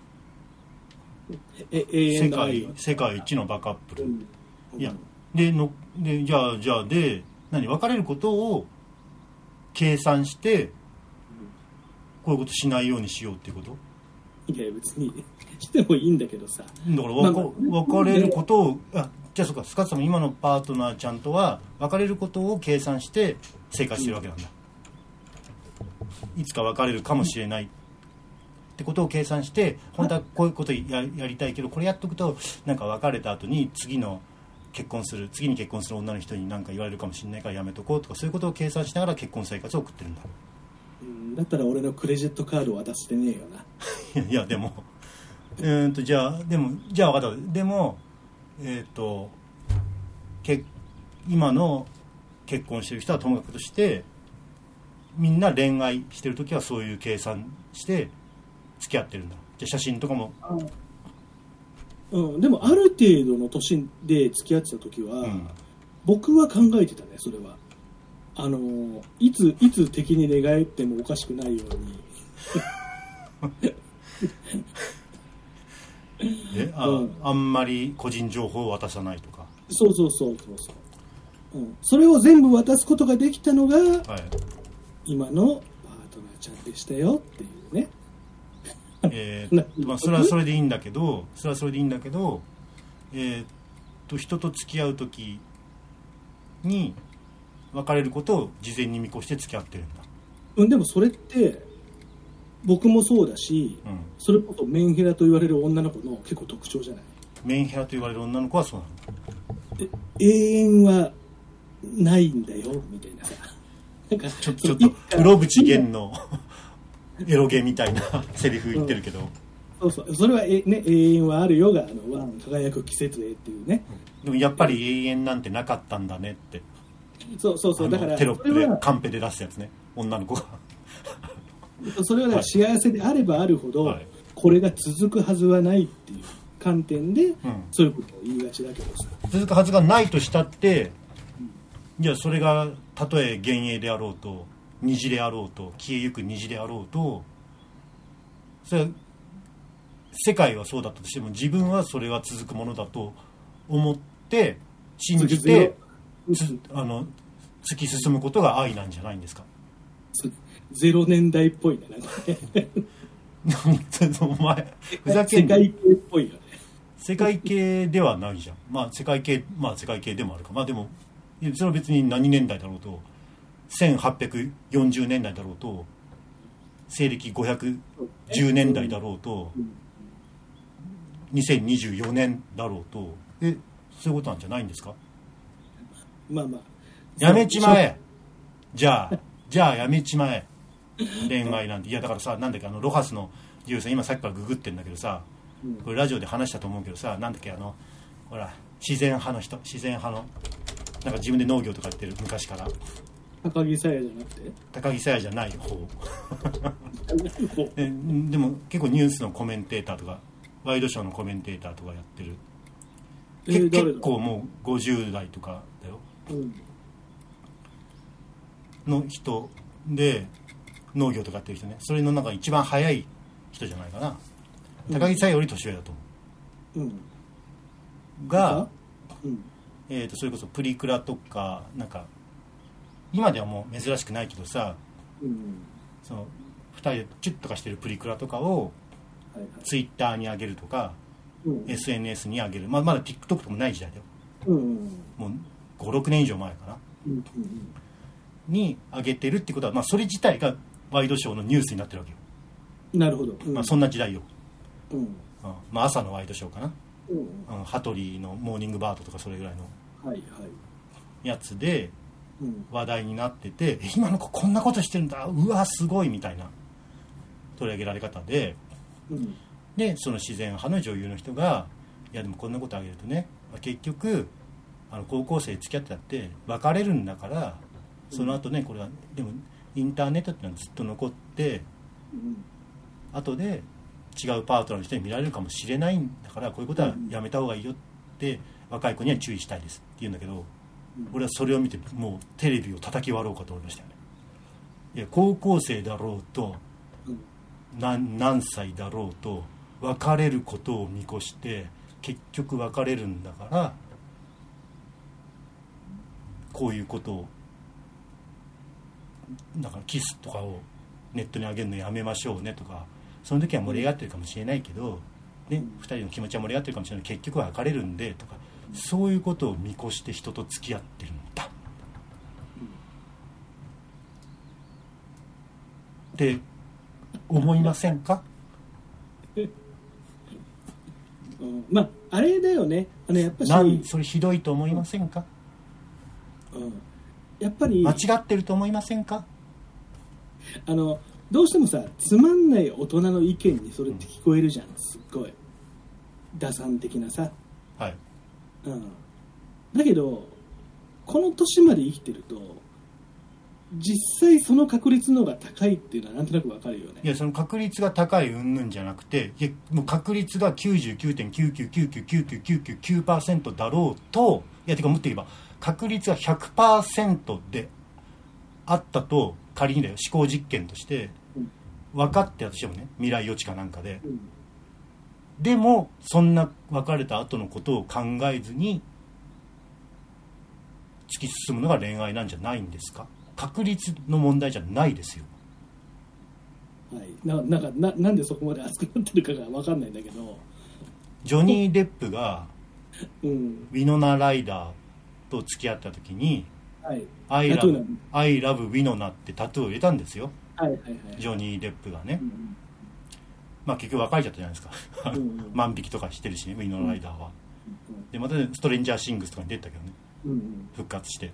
永遠の愛は世界一のバカップル、いやでじゃあ別れることを計算してこういうことしないようにしようっていうこと。 いや別にしてもいいんだけどさ。 だから別れることをじゃあそうか、スカッツさんも今のパートナーちゃんとは別れることを計算して生活してるわけなんだ、いつか別れるかもしれないってことを計算して、本当はこういうこと やりたいけどこれやっとくとなんか別れた後に次に結婚する女の人に何か言われるかもしれないからやめとこうとか、そういうことを計算しながら結婚生活を送ってるんだ。 だったら俺のクレジットカードを渡してねえよな。いやでもじゃあ分かった。でも今の結婚してる人はともかくとしてみんな恋愛してるときはそういう計算して付き合ってるんだ。じゃあ写真とかも、 でもある程度の年で付き合ってたときは、僕は考えてたね。それはいつ敵に寝返ってもおかしくないようにあんまり個人情報を渡さないとか。 そう、それを全部渡すことができたのが、今のパートナーちゃんでしたよっていうね。 まあそれはそれでいいんだけど、人と付き合う時に別れることを事前に見越して付き合ってるんだ。 でもそれって僕もそうだし、それこそメンヘラと言われる女の子の結構特徴じゃない。 メンヘラと言われる女の子はそうなの。 永遠はないんだよみたいなさ、なんかちょっと黒渕源のエロゲみたいなセリフ言ってるけど、 そうそれは永遠はあるよが輝く季節へっていうね、 でもやっぱり永遠なんてなかったんだねって、 そうだからテロップでカンペで出すやつね、女の子がそれは、幸せであればあるほど、これが続くはずはないっていう観点で、そういうことを言いがちだけどさ、 続くはずがないとしたって、じゃあそれがたとえ幻影であろうと虹であろうと消えゆく虹であろうと、それは世界はそうだったとしても自分はそれは続くものだと思って信じて突き進むことが愛なんじゃないんですか。 0年代っぽいね、なんかねお前ふざけんな。 世界系っぽいよね。 世界系ではないじゃん。まあ世界系でもあるか。まあでもそれは別に何年代だろうと、1840年代だろうと、西暦510年代だろうと、2024年だろうと、そういうことなんじゃないんですか。 まあまあやめちまえ。じゃあやめちまえ。恋愛なんて。いやだからさ、なんだっけ、ロハスのジューさん今さっきからググってんだけどさ、これラジオで話したと思うけどさ、なんだっけ、ほら自然派の人、自然派のなんか自分で農業とかやってる、昔から。 高木沙耶じゃなくて、 高木沙耶じゃない方でも結構ニュースのコメンテーターとかワイドショーのコメンテーターとかやってる、結構もう50代とかだよ、の人で農業とかやってる人ね。それの中一番早い人じゃないかな。高木沙耶より年上だと思う、が、それこそプリクラとかなんか今ではもう珍しくないけどさ、その2人でチュッとかしてるプリクラとかをツイッターに上げるとか、SNS に上げる、まだ TikTok とかもない時代だよ、もう 5,6 年以上前かな、に上げてるってことは、それ自体がワイドショーのニュースになってるわけよ。 なるほど、 そんな時代よ、朝のワイドショーかな、羽鳥のモーニングバードとかそれぐらいのやつで話題になってて、今の子こんなことしてるんだ、うわすごいみたいな取り上げられ方で、でその自然派の女優の人が、いやでもこんなことあげるとね、結局高校生付き合ってたって別れるんだから、その後ね、これはでもインターネットってのはずっと残って、後で違うパートナーの人に見られるかもしれないんだから、こういうことはやめた方がいいよって若い子には注意したいですって言うんだけど、俺はそれを見てもうテレビを叩き割ろうかと思いましたよね。いや高校生だろうと、何歳だろうと別れることを見越して結局別れるんだから、こういうことをなんかキスとかをネットに上げるのやめましょうねとか、その時は盛り上がってるかもしれないけど、ね、2人の気持ちは盛り上がってるかもしれないけど結局は別れるんでとか、そういうことを見越して人と付き合ってるんだって思いませんか？ あれだよね、やっぱりそれひどいと思いませんか？ やっぱり間違ってると思いませんか？ どうしてもさ、つまんない大人の意見にそれって聞こえるじゃん、すっごい打算的なさ、だけどこの年まで生きてると実際その確率の方が高いっていうのはなんとなくわかるよね。 いやその確率が高い云々じゃなくて、いやもう確率が 99.9999999% だろうと、いやてかもっと言えば確率が 100% であったと仮にだよ、思考実験として分かってたとしてもね、未来予知かなんかで、でもそんな別れた後のことを考えずに突き進むのが恋愛なんじゃないんですか？確率の問題じゃないですよ。 なんでそこまで熱くなってるかが分かんないんだけど、 ジョニー・デップがウィノナ・ライダーと付き合った時に、I love ウィノナってタトゥーを入れたんですよ、ジョニー・デップがね、結局別れちゃったじゃないですか万引きとかしてるしね、ウィノナ・ライダーは、でまたストレンジャー・シングスとかに出たけどね、復活して、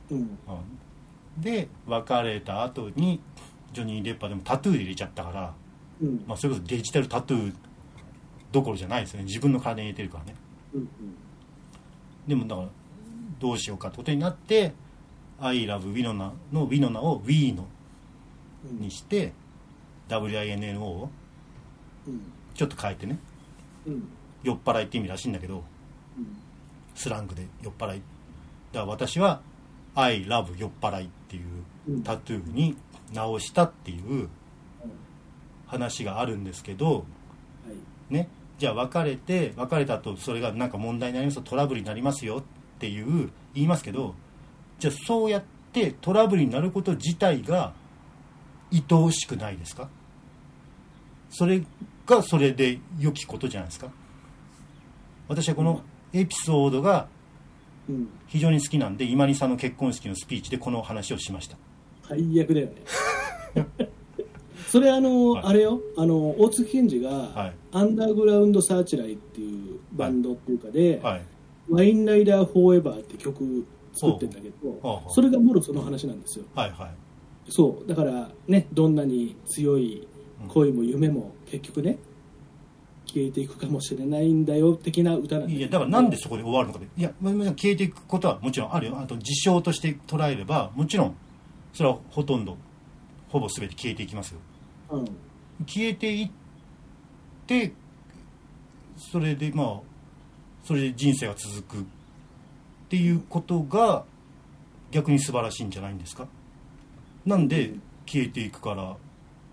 で別れた後にジョニー・デップはでもタトゥーで入れちゃったから、それこそデジタルタトゥーどころじゃないですよね、自分の体に入れてるからね、でもだからどうしようかってことになって I love ウィノナのウィノナを We のにして、WINNO をちょっと変えてね、酔っ払いって意味らしいんだけど、スラングで酔っ払いだから、私は I love 酔っ払いっていうタトゥーに直したっていう話があるんですけど、ね、じゃあ別れた後それがなんか問題になりますとトラブルになりますよっていう言いますけど、じゃあそうやってトラブルになること自体が愛おしくないですか？それがそれで良きことじゃないですか。私はこのエピソードが非常に好きなんで、今里さんの結婚式のスピーチでこの話をしました。 最悪だよねそれあれよ、大月健二が、アンダーグラウンドサーチライっていうバンドっていうかで、ワインライダーフォーエバーって曲作ってるんだけど、それがもろその話なんですよ。 はいはい。 そうだからね、どんなに強い恋も夢も結局ね、消えていくかもしれないんだよ的な歌なんだけど。 いやだからなんでそこで終わるのかで、いや消えていくことはもちろんあるよ。あと事象として捉えればもちろんそれはほぼ全て消えていきますよ。消えていってそれでそれで人生が続くっていうことが逆に素晴らしいんじゃないんですか。なんで消えていくから、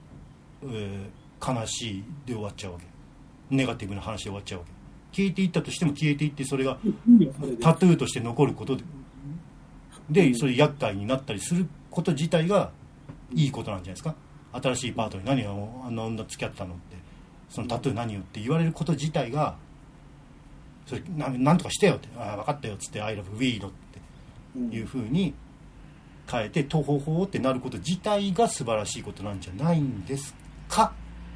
悲しいで終わっちゃうわけ。ネガティブな話で終わっちゃうわけ。消えていったとしても消えていってそれがタトゥーとして残ることでそれ厄介になったりすること自体がいいことなんじゃないですか。新しいパートに何をあんな女付き合ってたのって、そのタトゥー何よって言われること自体がそれなんとかしてよって、ああ分かったよっつって I love weed っていう風に変えてトホホってなること自体が素晴らしいことなんじゃないんですか。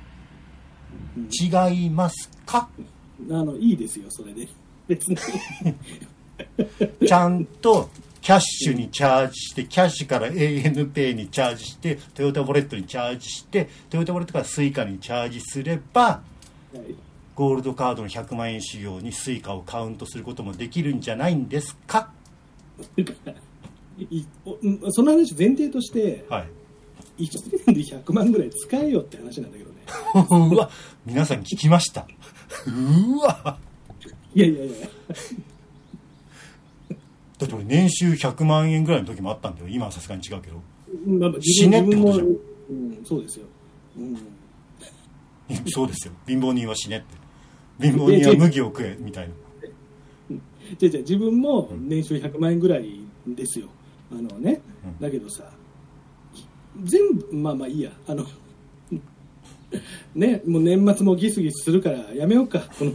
違いますか。 いいですよそれで別にちゃんとキャッシュにチャージして、キャッシュから ANPay にチャージして、トヨタウォレットにチャージして、トヨタウォレットからスイカにチャージすれば、ゴールドカードの100万円仕様にスイカをカウントすることもできるんじゃないんですか。 その話前提として、 はい、 1年で100万ぐらい使えよって話なんだけどねうわ皆さん聞きました。うわいやだって俺年収100万円ぐらいの時もあったんだよ。今はさすがに違うけど、死ねってことじゃん。 そうですよ、 そうですよ。貧乏人は死ねって、貧乏人は麦を食えみたいな。 自分も年収100万円ぐらいですよ。だけどさ、全部まあいいや、ね、もう年末もギスギスするからやめようかこの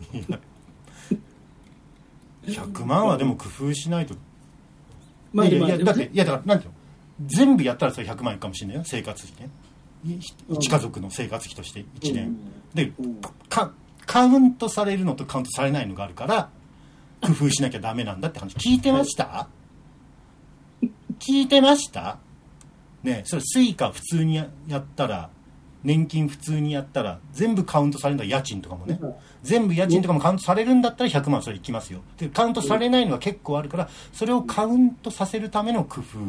100万はでも工夫しないと。だってだからなんていうの、全部やったらそれ100万円かもしれないよ。生活費ね、1家族の生活費として1年、でカウントされるのとカウントされないのがあるから工夫しなきゃダメなんだって話聞いてました？聞いてましたね。それスイカ普通にやったら、年金普通にやったら全部カウントされるんだ。家賃とかもね、全部家賃とかもカウントされるんだったら100万それいきますよ。でカウントされないのは結構あるから、それをカウントさせるための工夫、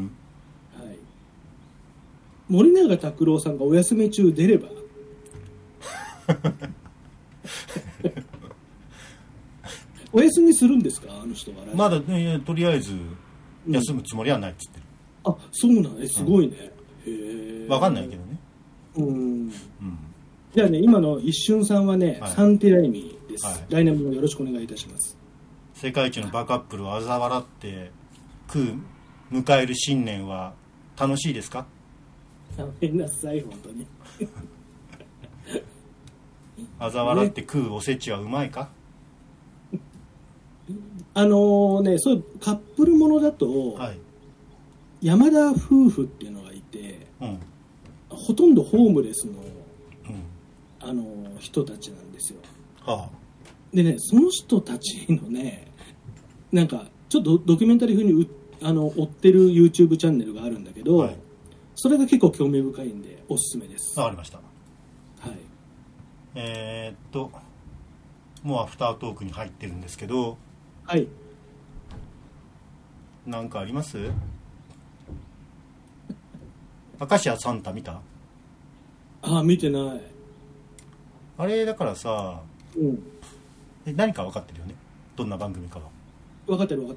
森永卓郎さんがお休み中出ればお休みするんですか、あの人は。 まだ、ね、とりあえず休むつもりはないっつってる。 あ、そうなんすごいね。 分かんないけどね。 じゃあね、今の一瞬さんはね、サンティライミです、来年もよろしくお願いいたします。 世界一のバカップルを嘲笑って迎える新年は楽しいですか。 やめなさい本当に嘲笑って食うおせちはうまいか。 そういうカップルものだと、山田夫婦っていうのがいて、ほとんどホームレスの、人たちなんですよ。でね、その人たちのね、なんかちょっとドキュメンタリー風に追ってる YouTube チャンネルがあるんだけど、それが結構興味深いんでおすすめです。 わかりました。もうアフタートークに入ってるんですけど、なんかあります？明石家サンタ見た？ 見てない。 あれだからさ、何か分かってるよね、どんな番組かは。 分かってるよ。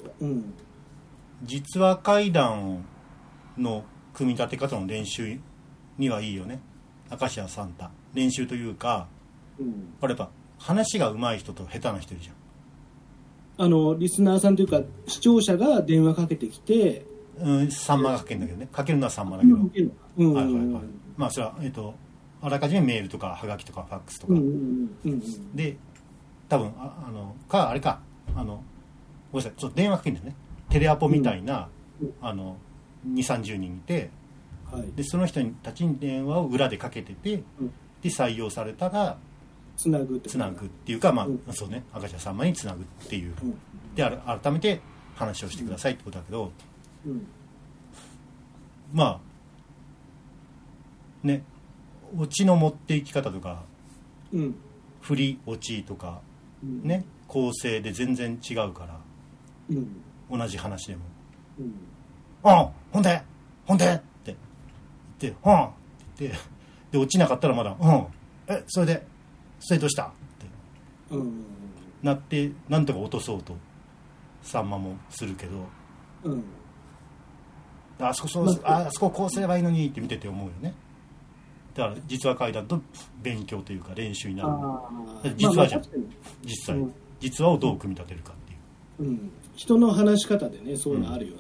実話怪談の組み立て方の練習にはいいよね、明石家サンタ。練習というか、やっぱ話が上手い人と下手な人いるじゃん。 リスナーさんというか視聴者が電話かけてきて、 サンマがかけるんだけどね、かけるのはサンマだけど、まあそれはあらかじめメールとかハガキとかファックスとか、で多分あれか、ごめんなさい、ちょっと電話かけるんだよね。テレアポみたいな、2,30 人いて、でその人たちに電話を裏でかけてて、で採用されたらつなぐっていうか、そうね、明石家さんまにつなぐっていう、で改めて話をしてくださいってことだけど、 うん、 まあね、オチの持っていき方とか、 うん、 振りオチとか、うん、ね、構成で全然違うから、うん、同じ話でも、うん、ほんでって言って、って言って、で落ちなかったらまだ、それでどうしたって、うん、なってなんとか落とそうとさんまもするけど、うん、あそここうすればいいのにって見てて思うよね。だから実話怪談と勉強というか練習になる。実話じゃん、実際、実話をどう組み立てるかっていう、 人の話し方でね、そういうのあるよね。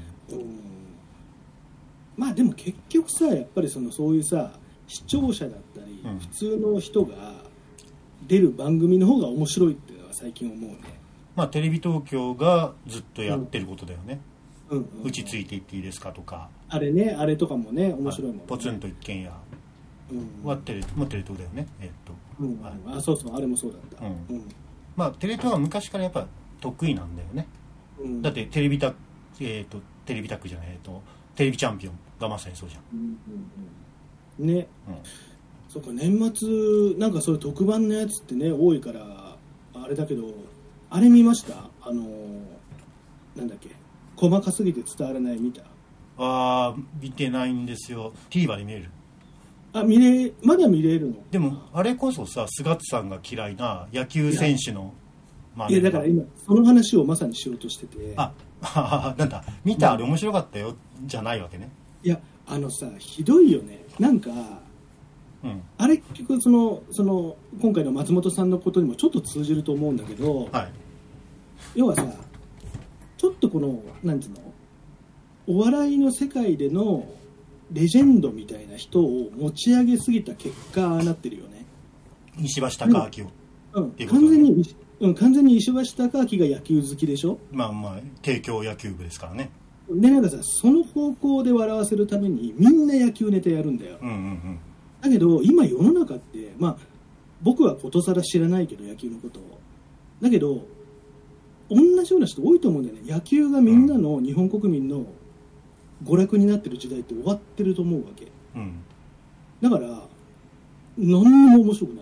まあでも結局さ、やっぱりそういうさ、視聴者だったり、普通の人が出る番組の方が面白いっていうのは最近思うね。 まあテレビ東京がずっとやってることだよね。うちついていっていいですかとか、 あれね、あれとかもね、面白いもんね。 ポツンと一軒家はテレ東だよね。 そうそう、あれもそうだった。 まあテレ東は昔からやっぱ得意なんだよね。だってテレビタックじゃない、テレビチャンピオンがまさにそうじゃん。 ね、そうか、年末なんかそういう特番のやつってね多いからあれだけど、あれ見ました？なんだっけ、細かすぎて伝わらない、見た？ 見てないんですよ。 TVer で見れる？ まだ見れるの？でもあれこそさ、菅津さんが嫌いな野球選手のいやだから今その話をまさにしようとしてて、 なんだ見た、あれ面白かったよじゃないわけね。 いやさ、ひどいよね。なんか、あれ結局その今回の松本さんのことにもちょっと通じると思うんだけど、要はさ、ちょっとこのなんていうの、お笑いの世界でのレジェンドみたいな人を持ち上げすぎた結果なってるよね。 石橋貴明を、 完全に石橋貴明が野球好きでしょ。 まあ帝京野球部ですからね。 でなんかさ、その方向で笑わせるためにみんな野球ネタやるんだよ。だけど今世の中って、僕はことさら知らないけど野球のことを、だけど同じような人多いと思うんだよね。野球がみんなの日本国民の娯楽になってる時代って終わってると思うわけ、だから何にも面白くない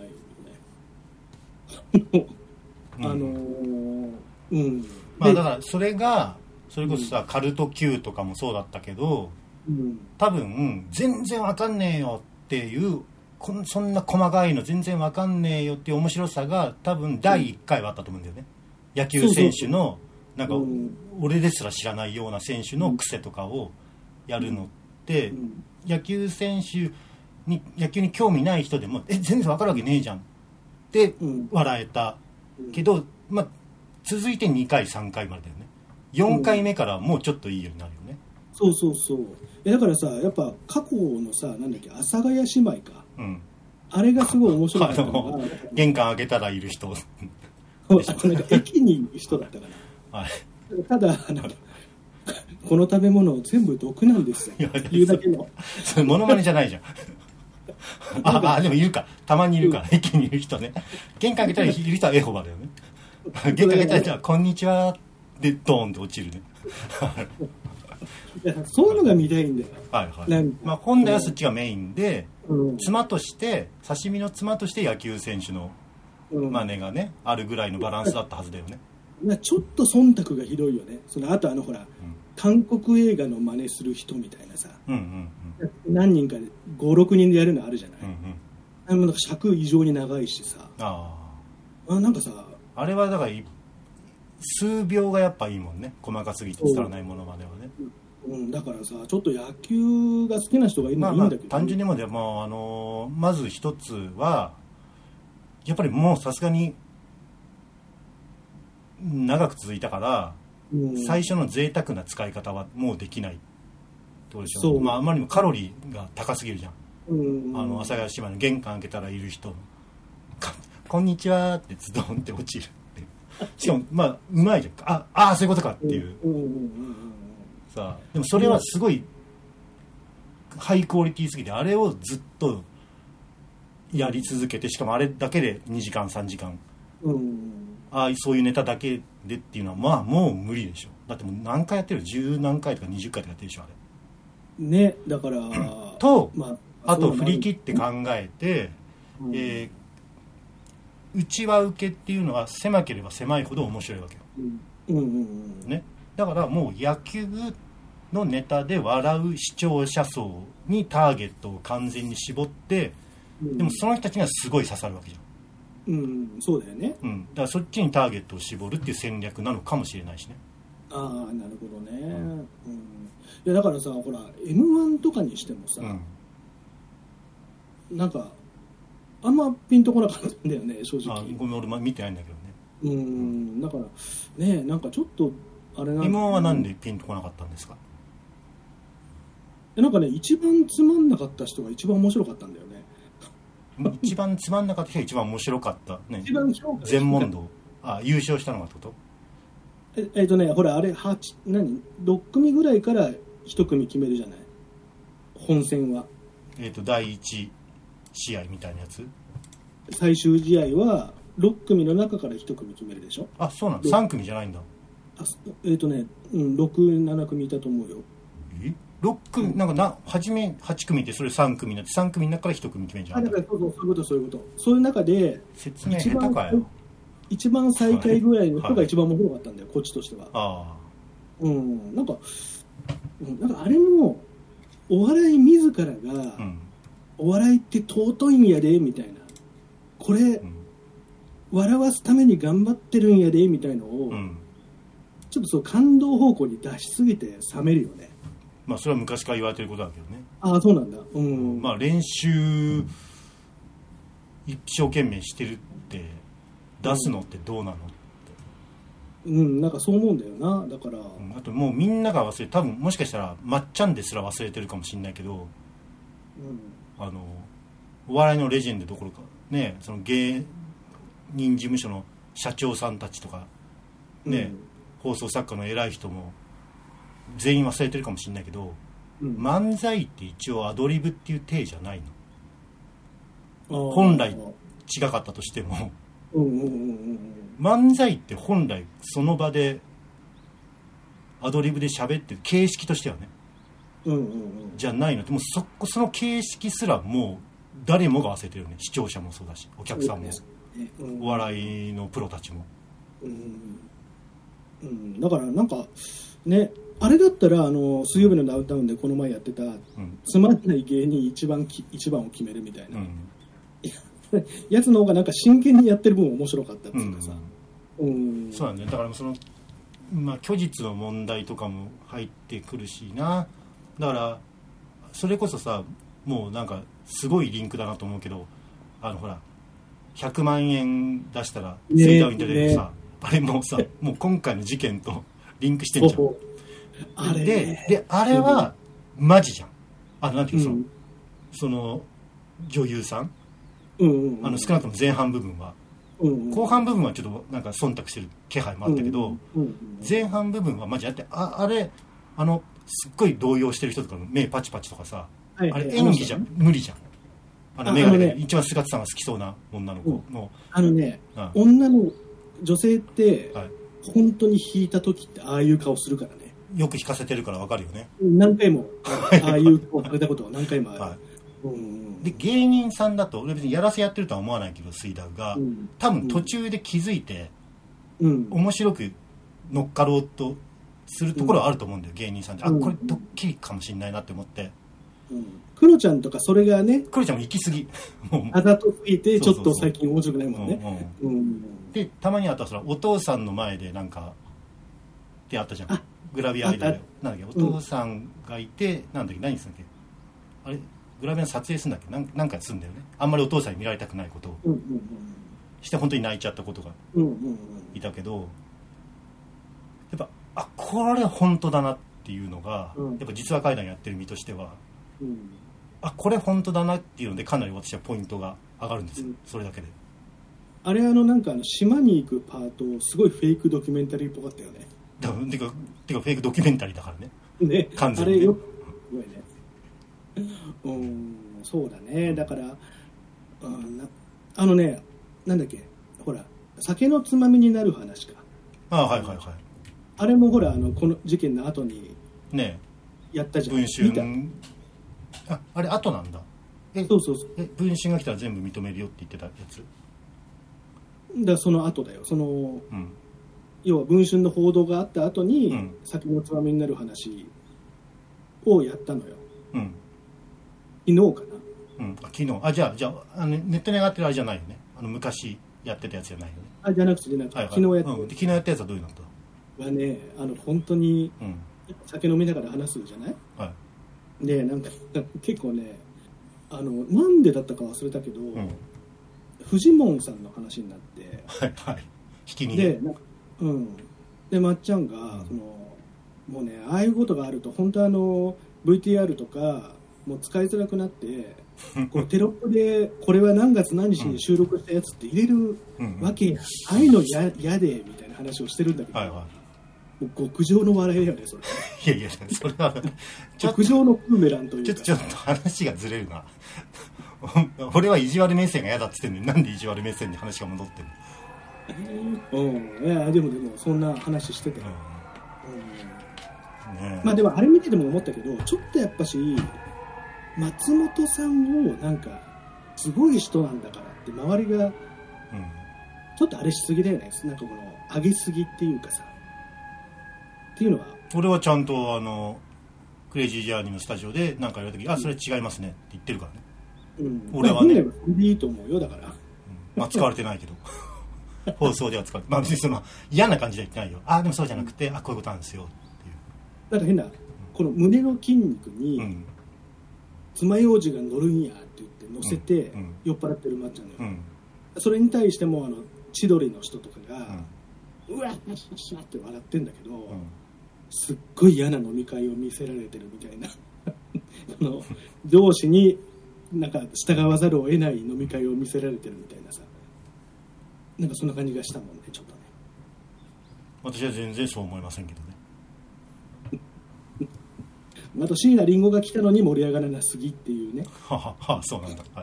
よね。 だからそれこそさ、カルト Q とかもそうだったけど、多分全然わかんねえよっていう、そんな細かいの全然わかんねえよっていう面白さが多分第1回はあったと思うんだよね。野球選手のなんか俺ですら知らないような選手の癖とかをやるのって、野球に興味ない人でも全然わかるわけねえじゃんって笑えたけど、続いて2回3回までだよね。4回目からもうちょっといいようになるよね。 そうだからさ、やっぱ過去のさ、なんだっけ、阿佐ヶ谷姉妹か、あれがすごい面白かったのが玄関開けたらいる人なんか駅にいる人だったかな、ただこの食べ物全部毒なんですよ言うだけのそれモノマネじゃないじゃん。でもいるか、たまにいるか、駅にいる人ね。玄関開けたらいる人はエホバだよね。玄関開けたらじゃあこんにちはでドーンと落ちるね。 そういうのが見たいんだよ。 本来はそっちがメインで、妻として刺身の妻として野球選手の真似がね、あるぐらいのバランスだったはずだよね。 ちょっと忖度がひどいよね。あとほら、韓国映画の真似する人みたいなさ、何人かで 5,6 人でやるのあるじゃない。なんか尺異常に長いしさ、なんかさ、 あれはだから数秒がやっぱいいもんね。細かすぎて伝わらないものまではね。 だからさ、ちょっと野球が好きな人がいるのはいいんだけど、 単純にもでまず一つはやっぱりもうさすがに長く続いたから、最初の贅沢な使い方はもうできないってことでしょ。あまりにもカロリーが高すぎるじゃん。阿佐ヶ谷姉妹の玄関開けたらいる人こんにちはってズドンって落ちるしかもうまいじゃん。そういうことかっていう、さあでもそれはすごいハイクオリティすぎて、あれをずっとやり続けて、しかもあれだけで2時間3時間、そういうネタだけでっていうのはもう無理でしょ。 だってもう何回やってる、10何回とか20回とかやってるでしょあれね。だからと、あと振り切って考えて、内輪受けっていうのは狭ければ狭いほど面白いわけよ、ね、だからもう野球のネタで笑う視聴者層にターゲットを完全に絞って、でもその人たちにはすごい刺さるわけじゃん。 そうだよね。 だからそっちにターゲットを絞るっていう戦略なのかもしれないしね。 ああ、なるほどね。いやだからさ、ほら M1 とかにしてもさ、なんかあんまピンとこなかったんだよね、正直。 ごめん、俺見てないんだけどね。だからね、なんかちょっとあれなんだ。 M1 はなんでピンとこなかったんですか？ なんかね、一番つまんなかった人が一番面白かったんだよね。 一番つまんなかった人が一番面白かった、ね、 一番評価全問答優勝したのがってこと？ ほらあれ6組ぐらいから1組決めるじゃない、本戦は。 第1試合みたいなやつ。 最終試合は6組の中から1組決めるでしょ。 あ、そうなの。3組じゃないんだ。 6、7組いたと思うよ。 6組なんか初め8組ってそれ3組になって3組の中から1組決めるじゃん。 だからそういうこと。そういう中で説明下手かよ。 一番最下位ぐらいの人が一番面白かったんだよ、こっちとしては。なんかあれもお笑い自らが、お笑いって尊いんやでみたいな、これ、笑わすために頑張ってるんやでみたいのを、ちょっとそう感動方向に出しすぎて冷めるよね。 まあそれは昔から言われてることだけどね。 ああ、そうなんだ。 まあ練習一生懸命してるって出すのってどうなのって、 なんかそう思うんだよな。だから、 あともうみんなが忘れ、多分もしかしたらまっちゃんですら忘れてるかもしれないけど、お笑いのレジェンドどころかね、その芸人事務所の社長さんたちとかね、放送作家の偉い人も全員忘れてるかもしれないけど、漫才って一応アドリブっていう体じゃないの。本来違かったとしても、漫才って本来その場でアドリブで喋ってる形式としてはね、じゃないので、もうその形式すらもう誰もが忘れてるよね。視聴者もそうだし、お客さんも、お笑いのプロたちも。 だからなんかね、あれだったら水曜日のダウンタウンでこの前やってた、つまんない芸人一番を決めるみたいな、やつの方がなんか真剣にやってる分面白かったっていうかさ、 そうなんだよ。だからその虚実の問題とかも入ってくるしな。だからそれこそさ、もうなんかすごいリンクだなと思うけど、ほら100万円出したらツイッターに出てるさ、あれもさ、もう今回の事件とリンクしてんじゃん。あれであれはマジじゃん。なんていうの、その女優さん、少なくとも前半部分は、後半部分はちょっとなんか忖度してる気配もあったけど、前半部分はマジだって、あれすっごい動揺してる人とかの目パチパチとかさ、あれ演技じゃ無理じゃん。目がね、一番菅田さんが好きそうな女の子の、 女の女性って、本当に引いた時ってああいう顔するからね。 よく引かせてるから分かるよね。 何回もああいう顔されたことは何回もある。 で芸人さんだと俺別にやらせやってるとは思わないけど、水田が、多分途中で気づいて、面白く乗っかろうとするところはあると思うんだよ、芸人さんって。これドッキリかもしれないなって思って、 クロちゃんとかそれがね、 クロちゃんも行き過ぎあざとすぎてちょっと最近面白くないもんね。 でたまにあったらそのお父さんの前でなんかってあったじゃん、グラビアアイドルなんだっけ、お父さんがいて、なんだっけ、何するんだっけ、あれグラビアの撮影するんだっけ、なんかするんだよね。あんまりお父さんに見られたくないことをして本当に泣いちゃったことがいたけど、やっぱこれ本当だなっていうのが、やっぱ実話怪談やってる身としては、これ本当だなっていうのでかなり私はポイントが上がるんですよ、それだけで。あれなんか島に行くパートすごいフェイクドキュメンタリーっぽかったよね。 てかフェイクドキュメンタリーだからね、完全にね。 あれよくすごいね。そうだね。だからなんだっけ、ほら酒のつまみになる話か。 はいはいはい。 あれもほらこの事件の後にねやったじゃん。 文春あれ後なんだ。 そうそうそう。 文春が来たら全部認めるよって言ってたやつ。 だからその後だよ。要は文春の報道があった後に、先のつまみになる話をやったのよ。昨日かな。 昨日。じゃあネットに上がってるあれじゃないよね。昔やってたやつじゃないよね。 じゃなくて、昨日やってた。 昨日やったやつはどういうのだったはね、本当に、酒飲みながら話すじゃない、はい、でなんか結構ねなんでだったか忘れたけど、フジモンさんの話になって、 はいはい、引きにででまっちゃんが、もうねああいうことがあると本当VTR とかもう使いづらくなってこうテロップでこれは何月何日に収録したやつって入れるわけや、ああいうの嫌でみたいな話をしてるんだけど、はいはい、もう極上の笑いだよねそれ。 いやそれは極上のブーメランというかちょっと話がずれるな俺は意地悪目線が嫌だって言ってんのになんで意地悪目線に話が戻ってるの。いやでもそんな話してて、ね、まあでもあれ見てても思ったけどちょっとやっぱし松本さんをなんかすごい人なんだからって周りがちょっとあれしすぎだよね。なんかこの上げすぎっていうかさっていうのは俺はちゃんとクレイジージャーニーのスタジオで何か言われた時それ違いますねって言ってるからね、俺はねいいと思うよだから、 まあ使われてないけど放送では使われてまあ別にその嫌な感じでは言ってないよ。でもそうじゃなくてこういうことなんですよっていう。 なんか変なこの胸の筋肉に、爪楊枝が乗るんやって言って乗せて、酔っ払ってるまっちゃんだよ、それに対しても千鳥の人とかが、うわっって笑ってんだけど、すっごい嫌な飲み会を見せられてるみたいな上司になんか従わざるを得ない飲み会を見せられてるみたいなさ、なんかそんな感じがしたもんねちょっとね。 私は全然そう思いませんけどねあと椎名林檎が来たのに盛り上がらなすぎっていうねそうなんだ、はい、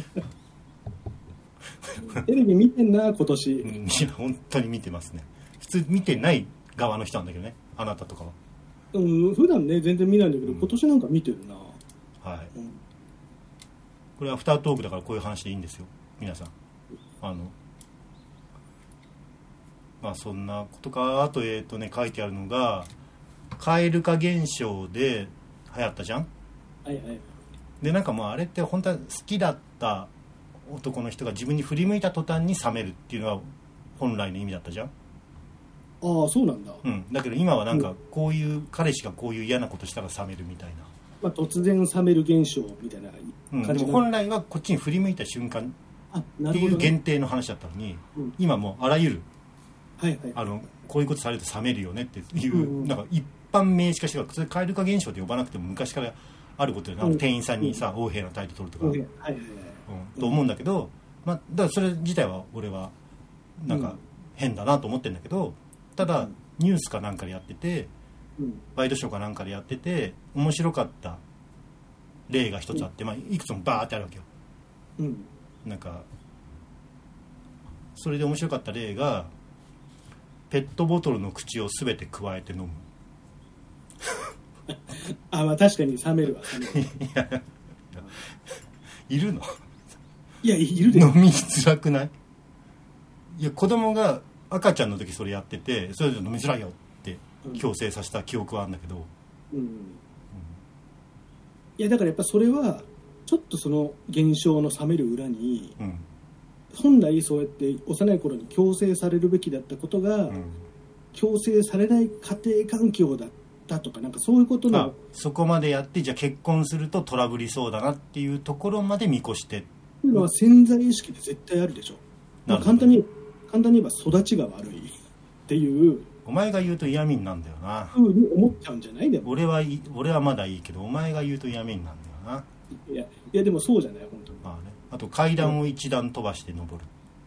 テレビ見てんな今年。 いや本当に見てますね。普通見てない側の人なんだけどねあなたとかは。 普段ね全然見ないんだけど、今年なんか見てるな。 はい、これアフタートークだからこういう話でいいんですよ皆さん。まあそんなことか。あと書いてあるのが蛙化現象で流行ったじゃん。 はいはい。 でなんかもうあれって本当は好きだった男の人が自分に振り向いた途端に冷めるっていうのは本来の意味だったじゃん。 そうなんだ。 だけど今はなんかこういう彼氏がこういう嫌なことしたら冷めるみたいな、 突然冷める現象みたいな感じ、 でも本来はこっちに振り向いた瞬間っていう限定の話だったのに、今もうあらゆる、こういうことされると冷めるよねっていう、なんか一般名詞化してるから、それ蛙化現象って呼ばなくても昔からあることで、店員さんにさ、横柄な態度取るとか、と思うんだけど、だからそれ自体は俺はなんか変だなと思ってるんだけど、ただニュースかなんかでやってて、ワイドショーかなんかでやってて面白かった例が一つあって、いくつもバーってあるわけよ。なんかそれで面白かった例がペットボトルの口を全て加えて飲む確かに冷めるわいるの？ いやいるで。 飲みづらくない？いや子供が赤ちゃんの時それやってて、それで飲みづらいよって強制させた記憶はあるんだけど、 いやだからやっぱそれはちょっとその現象の冷める裏に、本来そうやって幼い頃に強制されるべきだったことが、強制されない家庭環境だったとか、なんかそういうことの、 そこまでやってじゃあ結婚するとトラブりそうだなっていうところまで見越してっていうのは潜在意識で絶対あるでしょ。簡単に言えば育ちが悪いっていう。 お前が言うと嫌味なんだよな。 ふうに思っちゃうんじゃない？でも俺はまだいいけど、お前が言うと嫌味なんだよな。 いやでもそうじゃない本当に。 あと階段を一段飛ばして登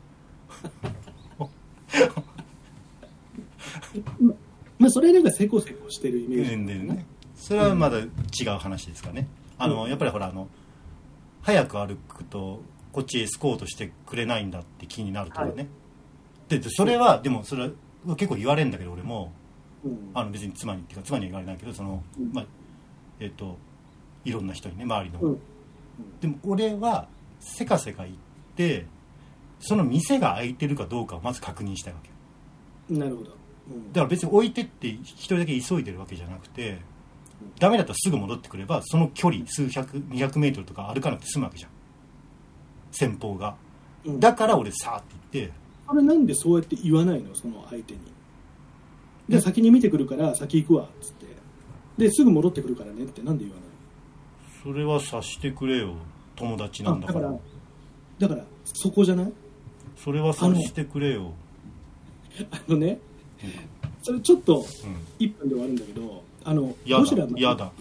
るそれなんかせこせこしてるイメージ、 ね、それはまだ違う話ですかね。やっぱりほら早く歩くとこっちエスコートしてくれないんだって気になるとかね、でそれはでもそれは結構言われるんだけど、俺も別に妻にっていうか妻には言われないけどまあいろんな人にね周りの、でも俺はせかせか行ってその店が開いてるかどうかをまず確認したいわけ。 なるほど。 だから別に置いてって一人だけ急いでるわけじゃなくて、ダメだったらすぐ戻ってくればその距離数百200メートルとか歩かなくて済むわけじゃん、先方が。だから俺さーって言って、 あれなんでそうやって言わないの、その相手に。で先に見てくるから先行くわっつって、ですぐ戻ってくるからねってなんで言わない。 それは察してくれよ、友達なんだから。 だからそこじゃない。 それは察してくれよ。 ね、それちょっと1分で終わるんだけど、ゴジラやだ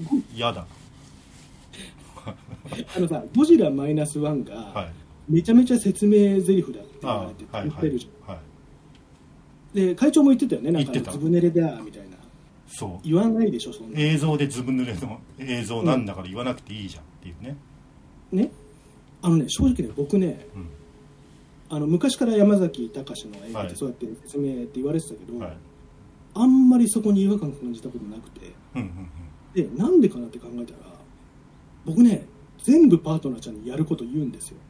ゴジラマイナスワンがめちゃめちゃ説明台詞だって言われて言ってるじゃん、で会長も言ってたよね、なんかずぶ濡れだみたいな。 そう言わないでしょ、そんな映像でずぶ濡れの映像なんだから言わなくていいじゃんっていうね。 ね、正直ね僕ね、昔から山崎隆の映画ってそうやって説明って言われてたけど、あんまりそこに違和感感じたことなくて、でなんでかなって考えたら、僕ね全部パートナーちゃんにやること言うんですよ。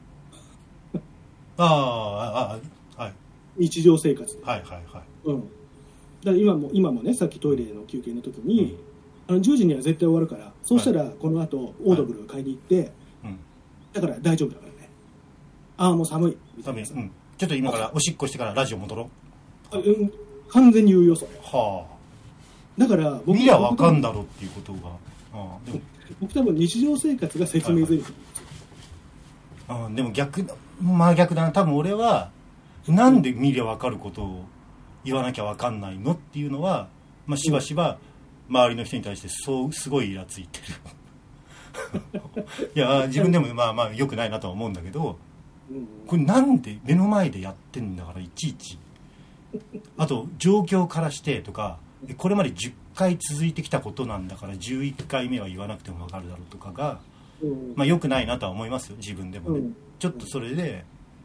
日常生活で。だから今もね、さっきトイレの休憩の時に、10時には絶対終わるから、そうしたらこの後オードブル買いに行って、だから大丈夫だからね。もう寒いみたいな。 ちょっと今からおしっこしてからラジオ戻ろう。 完全に言うよそれ。だから見りゃわかんだろっていうことが。 でも僕多分日常生活が説明台詞なんですよ。 でも逆だな。多分俺はなんで見りゃわかることを言わなきゃわかんないのっていうのは、しばしば周りの人に対してすごいイラついてる。いや自分でも良くないなとは思うんだけど、これなんで目の前でやってんだからいちいち、あと状況からしてとか、これまで10回続いてきたことなんだから11回目は言わなくても分かるだろうとかが、良くないなとは思いますよ、自分でもね。ちょっとそれで、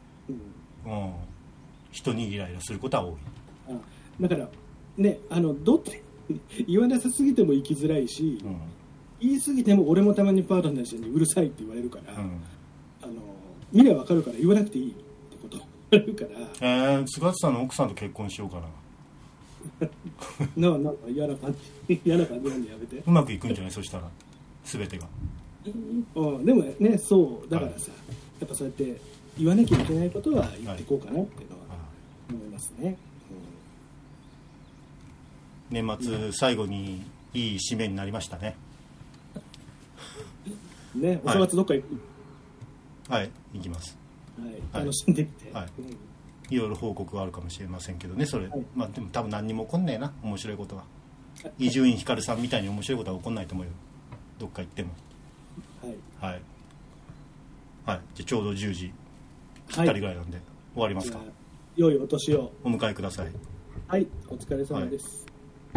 人にイライラすることは多い。 だからね、どって言わなさすぎても生きづらいし、言い過ぎても俺もたまにパートナーにうるさいって言われるから、見れば分かるから言わなくていいってこと言われるから。 菅田さんの奥さんと結婚しようかな。 なんか嫌な感じなんでやめて。 うまくいくんじゃない、そしたら全てが。 でもね、そうだからさ、やっぱそうやって言わなきゃいけないことは言っていこうかなっていうのは思いますね。 年末最後にいい締めになりましたね。 ね、お正月どっか行く？ 行きます。 楽しんでみて。 いろいろ報告はあるかもしれませんけどね、それ。でも多分何にも起こんねえな、面白いことは。伊集院光さんみたいに面白いことは起こんないと思うよ、どっか行っても。じゃあちょうど10時ぴったりぐらいなんで終わりますか。 良いお年をお迎えください。 お疲れ様です。